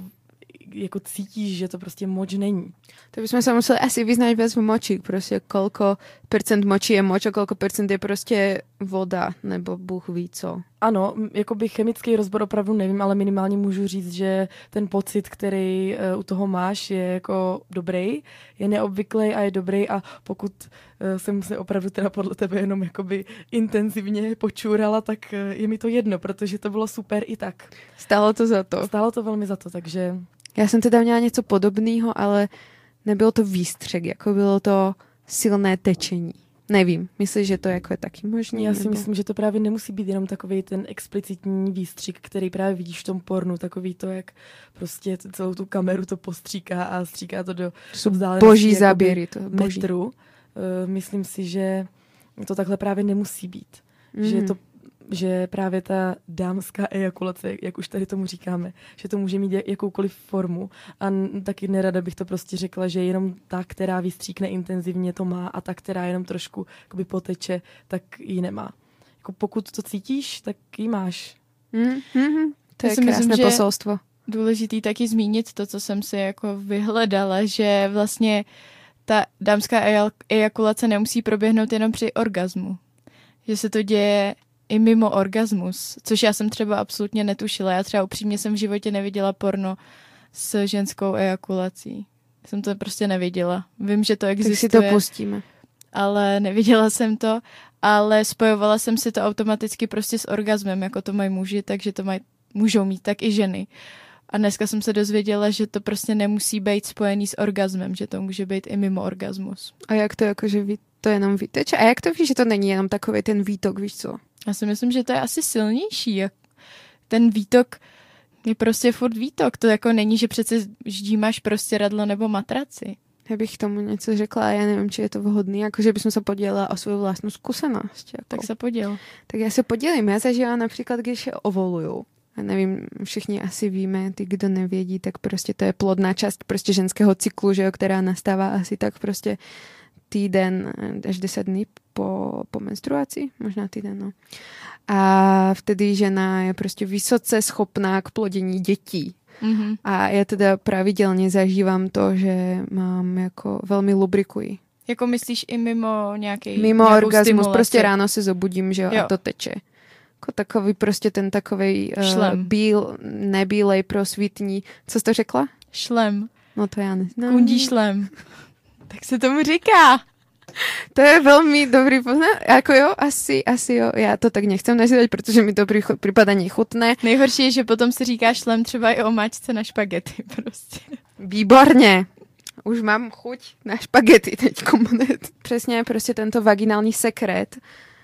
jako cítíš, že to prostě moč není. To bychom se museli asi vyznať viac v moči, prostě koľko percent moči je moč a koľko percent je prostě voda, nebo Bůh ví co. Ano, jakoby chemický rozbor opravdu nevím, ale minimálně můžu říct, že ten pocit, který u toho máš, je jako dobrý, je neobvyklý a je dobrý a pokud jsem se opravdu teda podle tebe jenom jakoby intenzivně počůrala, tak je mi to jedno, protože to bylo super i tak. Stálo to za to. Stálo to velmi za to, takže... Já jsem teda měla něco podobného, ale nebylo to výstřek, jako bylo to silné tečení. Nevím, myslíš, že to jako je taky možný? Já si myslím, že to právě nemusí být jenom takový ten explicitní výstřik, který právě vidíš v tom pornu, takový to, jak prostě celou tu kameru to postříká a stříká to do vzdálenosti boží záběry, to boží metru. Myslím si, že to takhle právě nemusí být. Že právě ta dámská ejakulace, jak už tady tomu říkáme, že to může mít jakoukoliv formu a taky nerada bych to prostě řekla, že jenom ta, která vystříkne intenzivně, to má a ta, která jenom trošku jakoby poteče, tak ji nemá. Jako pokud to cítíš, tak ji máš. To je krásné poselstvo. Důležitý taky zmínit to, co jsem si jako vyhledala, že vlastně ta dámská ejakulace nemusí proběhnout jenom při orgazmu. Že se to děje i mimo orgasmus, což já jsem třeba absolutně netušila. Já třeba upřímně jsem v životě neviděla porno s ženskou ejakulací. Jsem to prostě neviděla. Vím, že to existuje. Tak si to pustíme. Ale neviděla jsem to, ale spojovala jsem si to automaticky prostě s orgasmem, jako to mají muži, takže to můžou mít tak i ženy. A dneska jsem se dozvěděla, že to prostě nemusí být spojený s orgasmem, že to může být i mimo orgasmus. A jak to jakože to jenom vyteče? A jak to víš, že to není jenom takový ten výtok, víš co? Já si myslím, že to je asi silnější. Ten výtok je prostě furt výtok. To jako není, že přece ždímáš prostě radlo nebo matraci. Já bych tomu něco řekla a já nevím, či je to vhodný, jakože bychom se podělila o svou vlastní zkušenost. Jako. Tak se poděl. Tak já se podělím. Já zažila například, když ovuluju. A nevím, všichni asi víme, ty, kdo nevědí, tak prostě to je plodná část prostě ženského cyklu, že jo, která nastává asi tak prostě týden až 10 dní po menstruaci, možná týden, no. A vtedy žena je prostě vysoce schopná k plodění dětí. Mm-hmm. A já teda pravidelně zažívám to, že mám jako velmi lubrikuji. Jako myslíš i mimo mimo orgasmus, stimulaci. Prostě ráno se zobudím, že jo, a to teče. Jako takový prostě ten takovej nebílej prosvitní. Co jsi to řekla? Šlem. No to já neznám. Kundí šlem. Tak se tomu říká. To je velmi dobrý poznat. Jako jo, asi jo. Já to tak nechcem nazývat, protože mi to připadá nechutné. Nejhorší je, že potom si říká šlem třeba i o mačce na špagety prostě. Výborně. Už mám chuť na špagety teďko. Přesně prostě tento vaginální sekret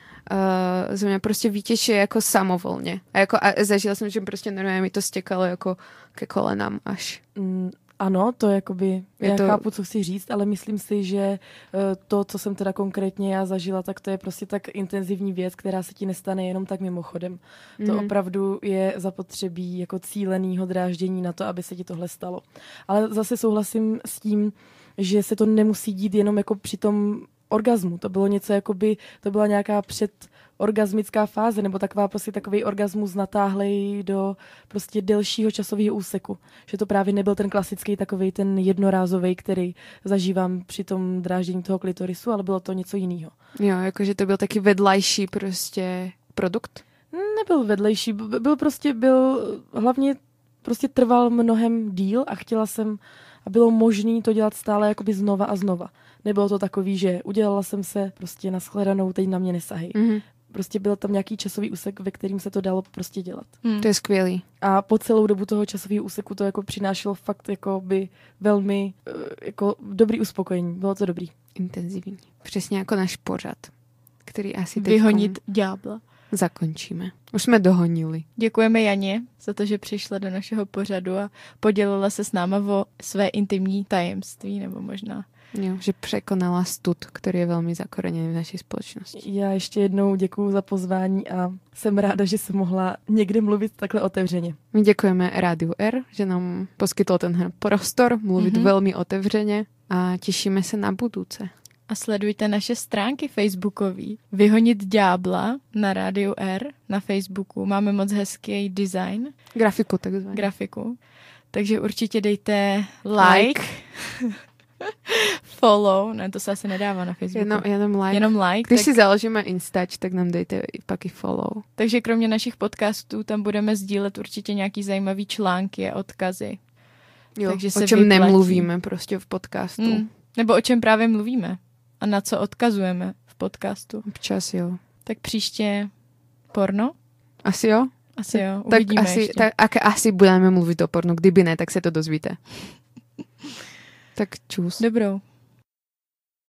ze mě prostě vytěšuje jako samovolně. A zažila jsem, že prostě normálně mi to stěkalo jako ke kolenám až. Ano, to jakoby, já chápu, co chci říct, ale myslím si, že to, co jsem teda konkrétně já zažila, tak to je prostě tak intenzivní věc, která se ti nestane jenom tak mimochodem. To opravdu je zapotřebí jako cílenýho dráždění na to, aby se ti tohle stalo. Ale zase souhlasím s tím, že se to nemusí dít jenom jako při tom orgazmu. To bylo něco jakoby, to byla nějaká předorgasmická fáze, nebo taková prostě takový orgasmus natáhlej do prostě delšího časového úseku. Že to právě nebyl ten klasický takovej ten jednorázový, který zažívám při tom dráždění toho klitorisu, ale bylo to něco jiného. Jo, jakože to byl taky vedlejší prostě produkt? Nebyl vedlejší, byl hlavně prostě trval mnohem díl a chtěla jsem, a bylo možné to dělat stále jakoby znova a znova. Nebylo to takový, že udělala jsem se prostě na shledanou, teď na mě nesahej. Prostě byl tam nějaký časový úsek, ve kterým se to dalo prostě dělat. To je skvělý. A po celou dobu toho časového úseku to jako přinášelo fakt jako by velmi jako dobrý uspokojení. Bylo to dobrý. Intenzivní. Přesně jako náš pořad, který asi teď Vyhonit ďábla. Zakončíme. Už jsme dohonili. Děkujeme Janě za to, že přišla do našeho pořadu a podělila se s náma o své intimní tajemství, nebo možná. Jo, že překonala stud, který je velmi zakoreněný v naší společnosti. Já ještě jednou děkuju za pozvání a jsem ráda, že jsem mohla někdy mluvit takhle otevřeně. My děkujeme Rádiu R, že nám poskytlo ten prostor mluvit velmi otevřeně a těšíme se na budouce. A sledujte naše stránky facebookový. Vyhonit ďábla na Rádiu R na Facebooku. Máme moc hezký design. Grafiku takzvaně. Grafiku. Takže určitě dejte like. Follow. Ne, to se asi nedává na Facebooku. Jenom like. Když tak... si založíme Instač, tak nám dejte pak i follow. Takže kromě našich podcastů tam budeme sdílet určitě nějaký zajímavý články a odkazy. Jo, takže o čem nemluvíme prostě v podcastu. Nebo o čem právě mluvíme. A na co odkazujeme v podcastu. Občas jo. Tak příště porno? Asi jo. Asi jo, uvidíme asi budeme mluvit o pornu. Kdyby ne, tak se to dozvíte. Tak čus. Dobrou.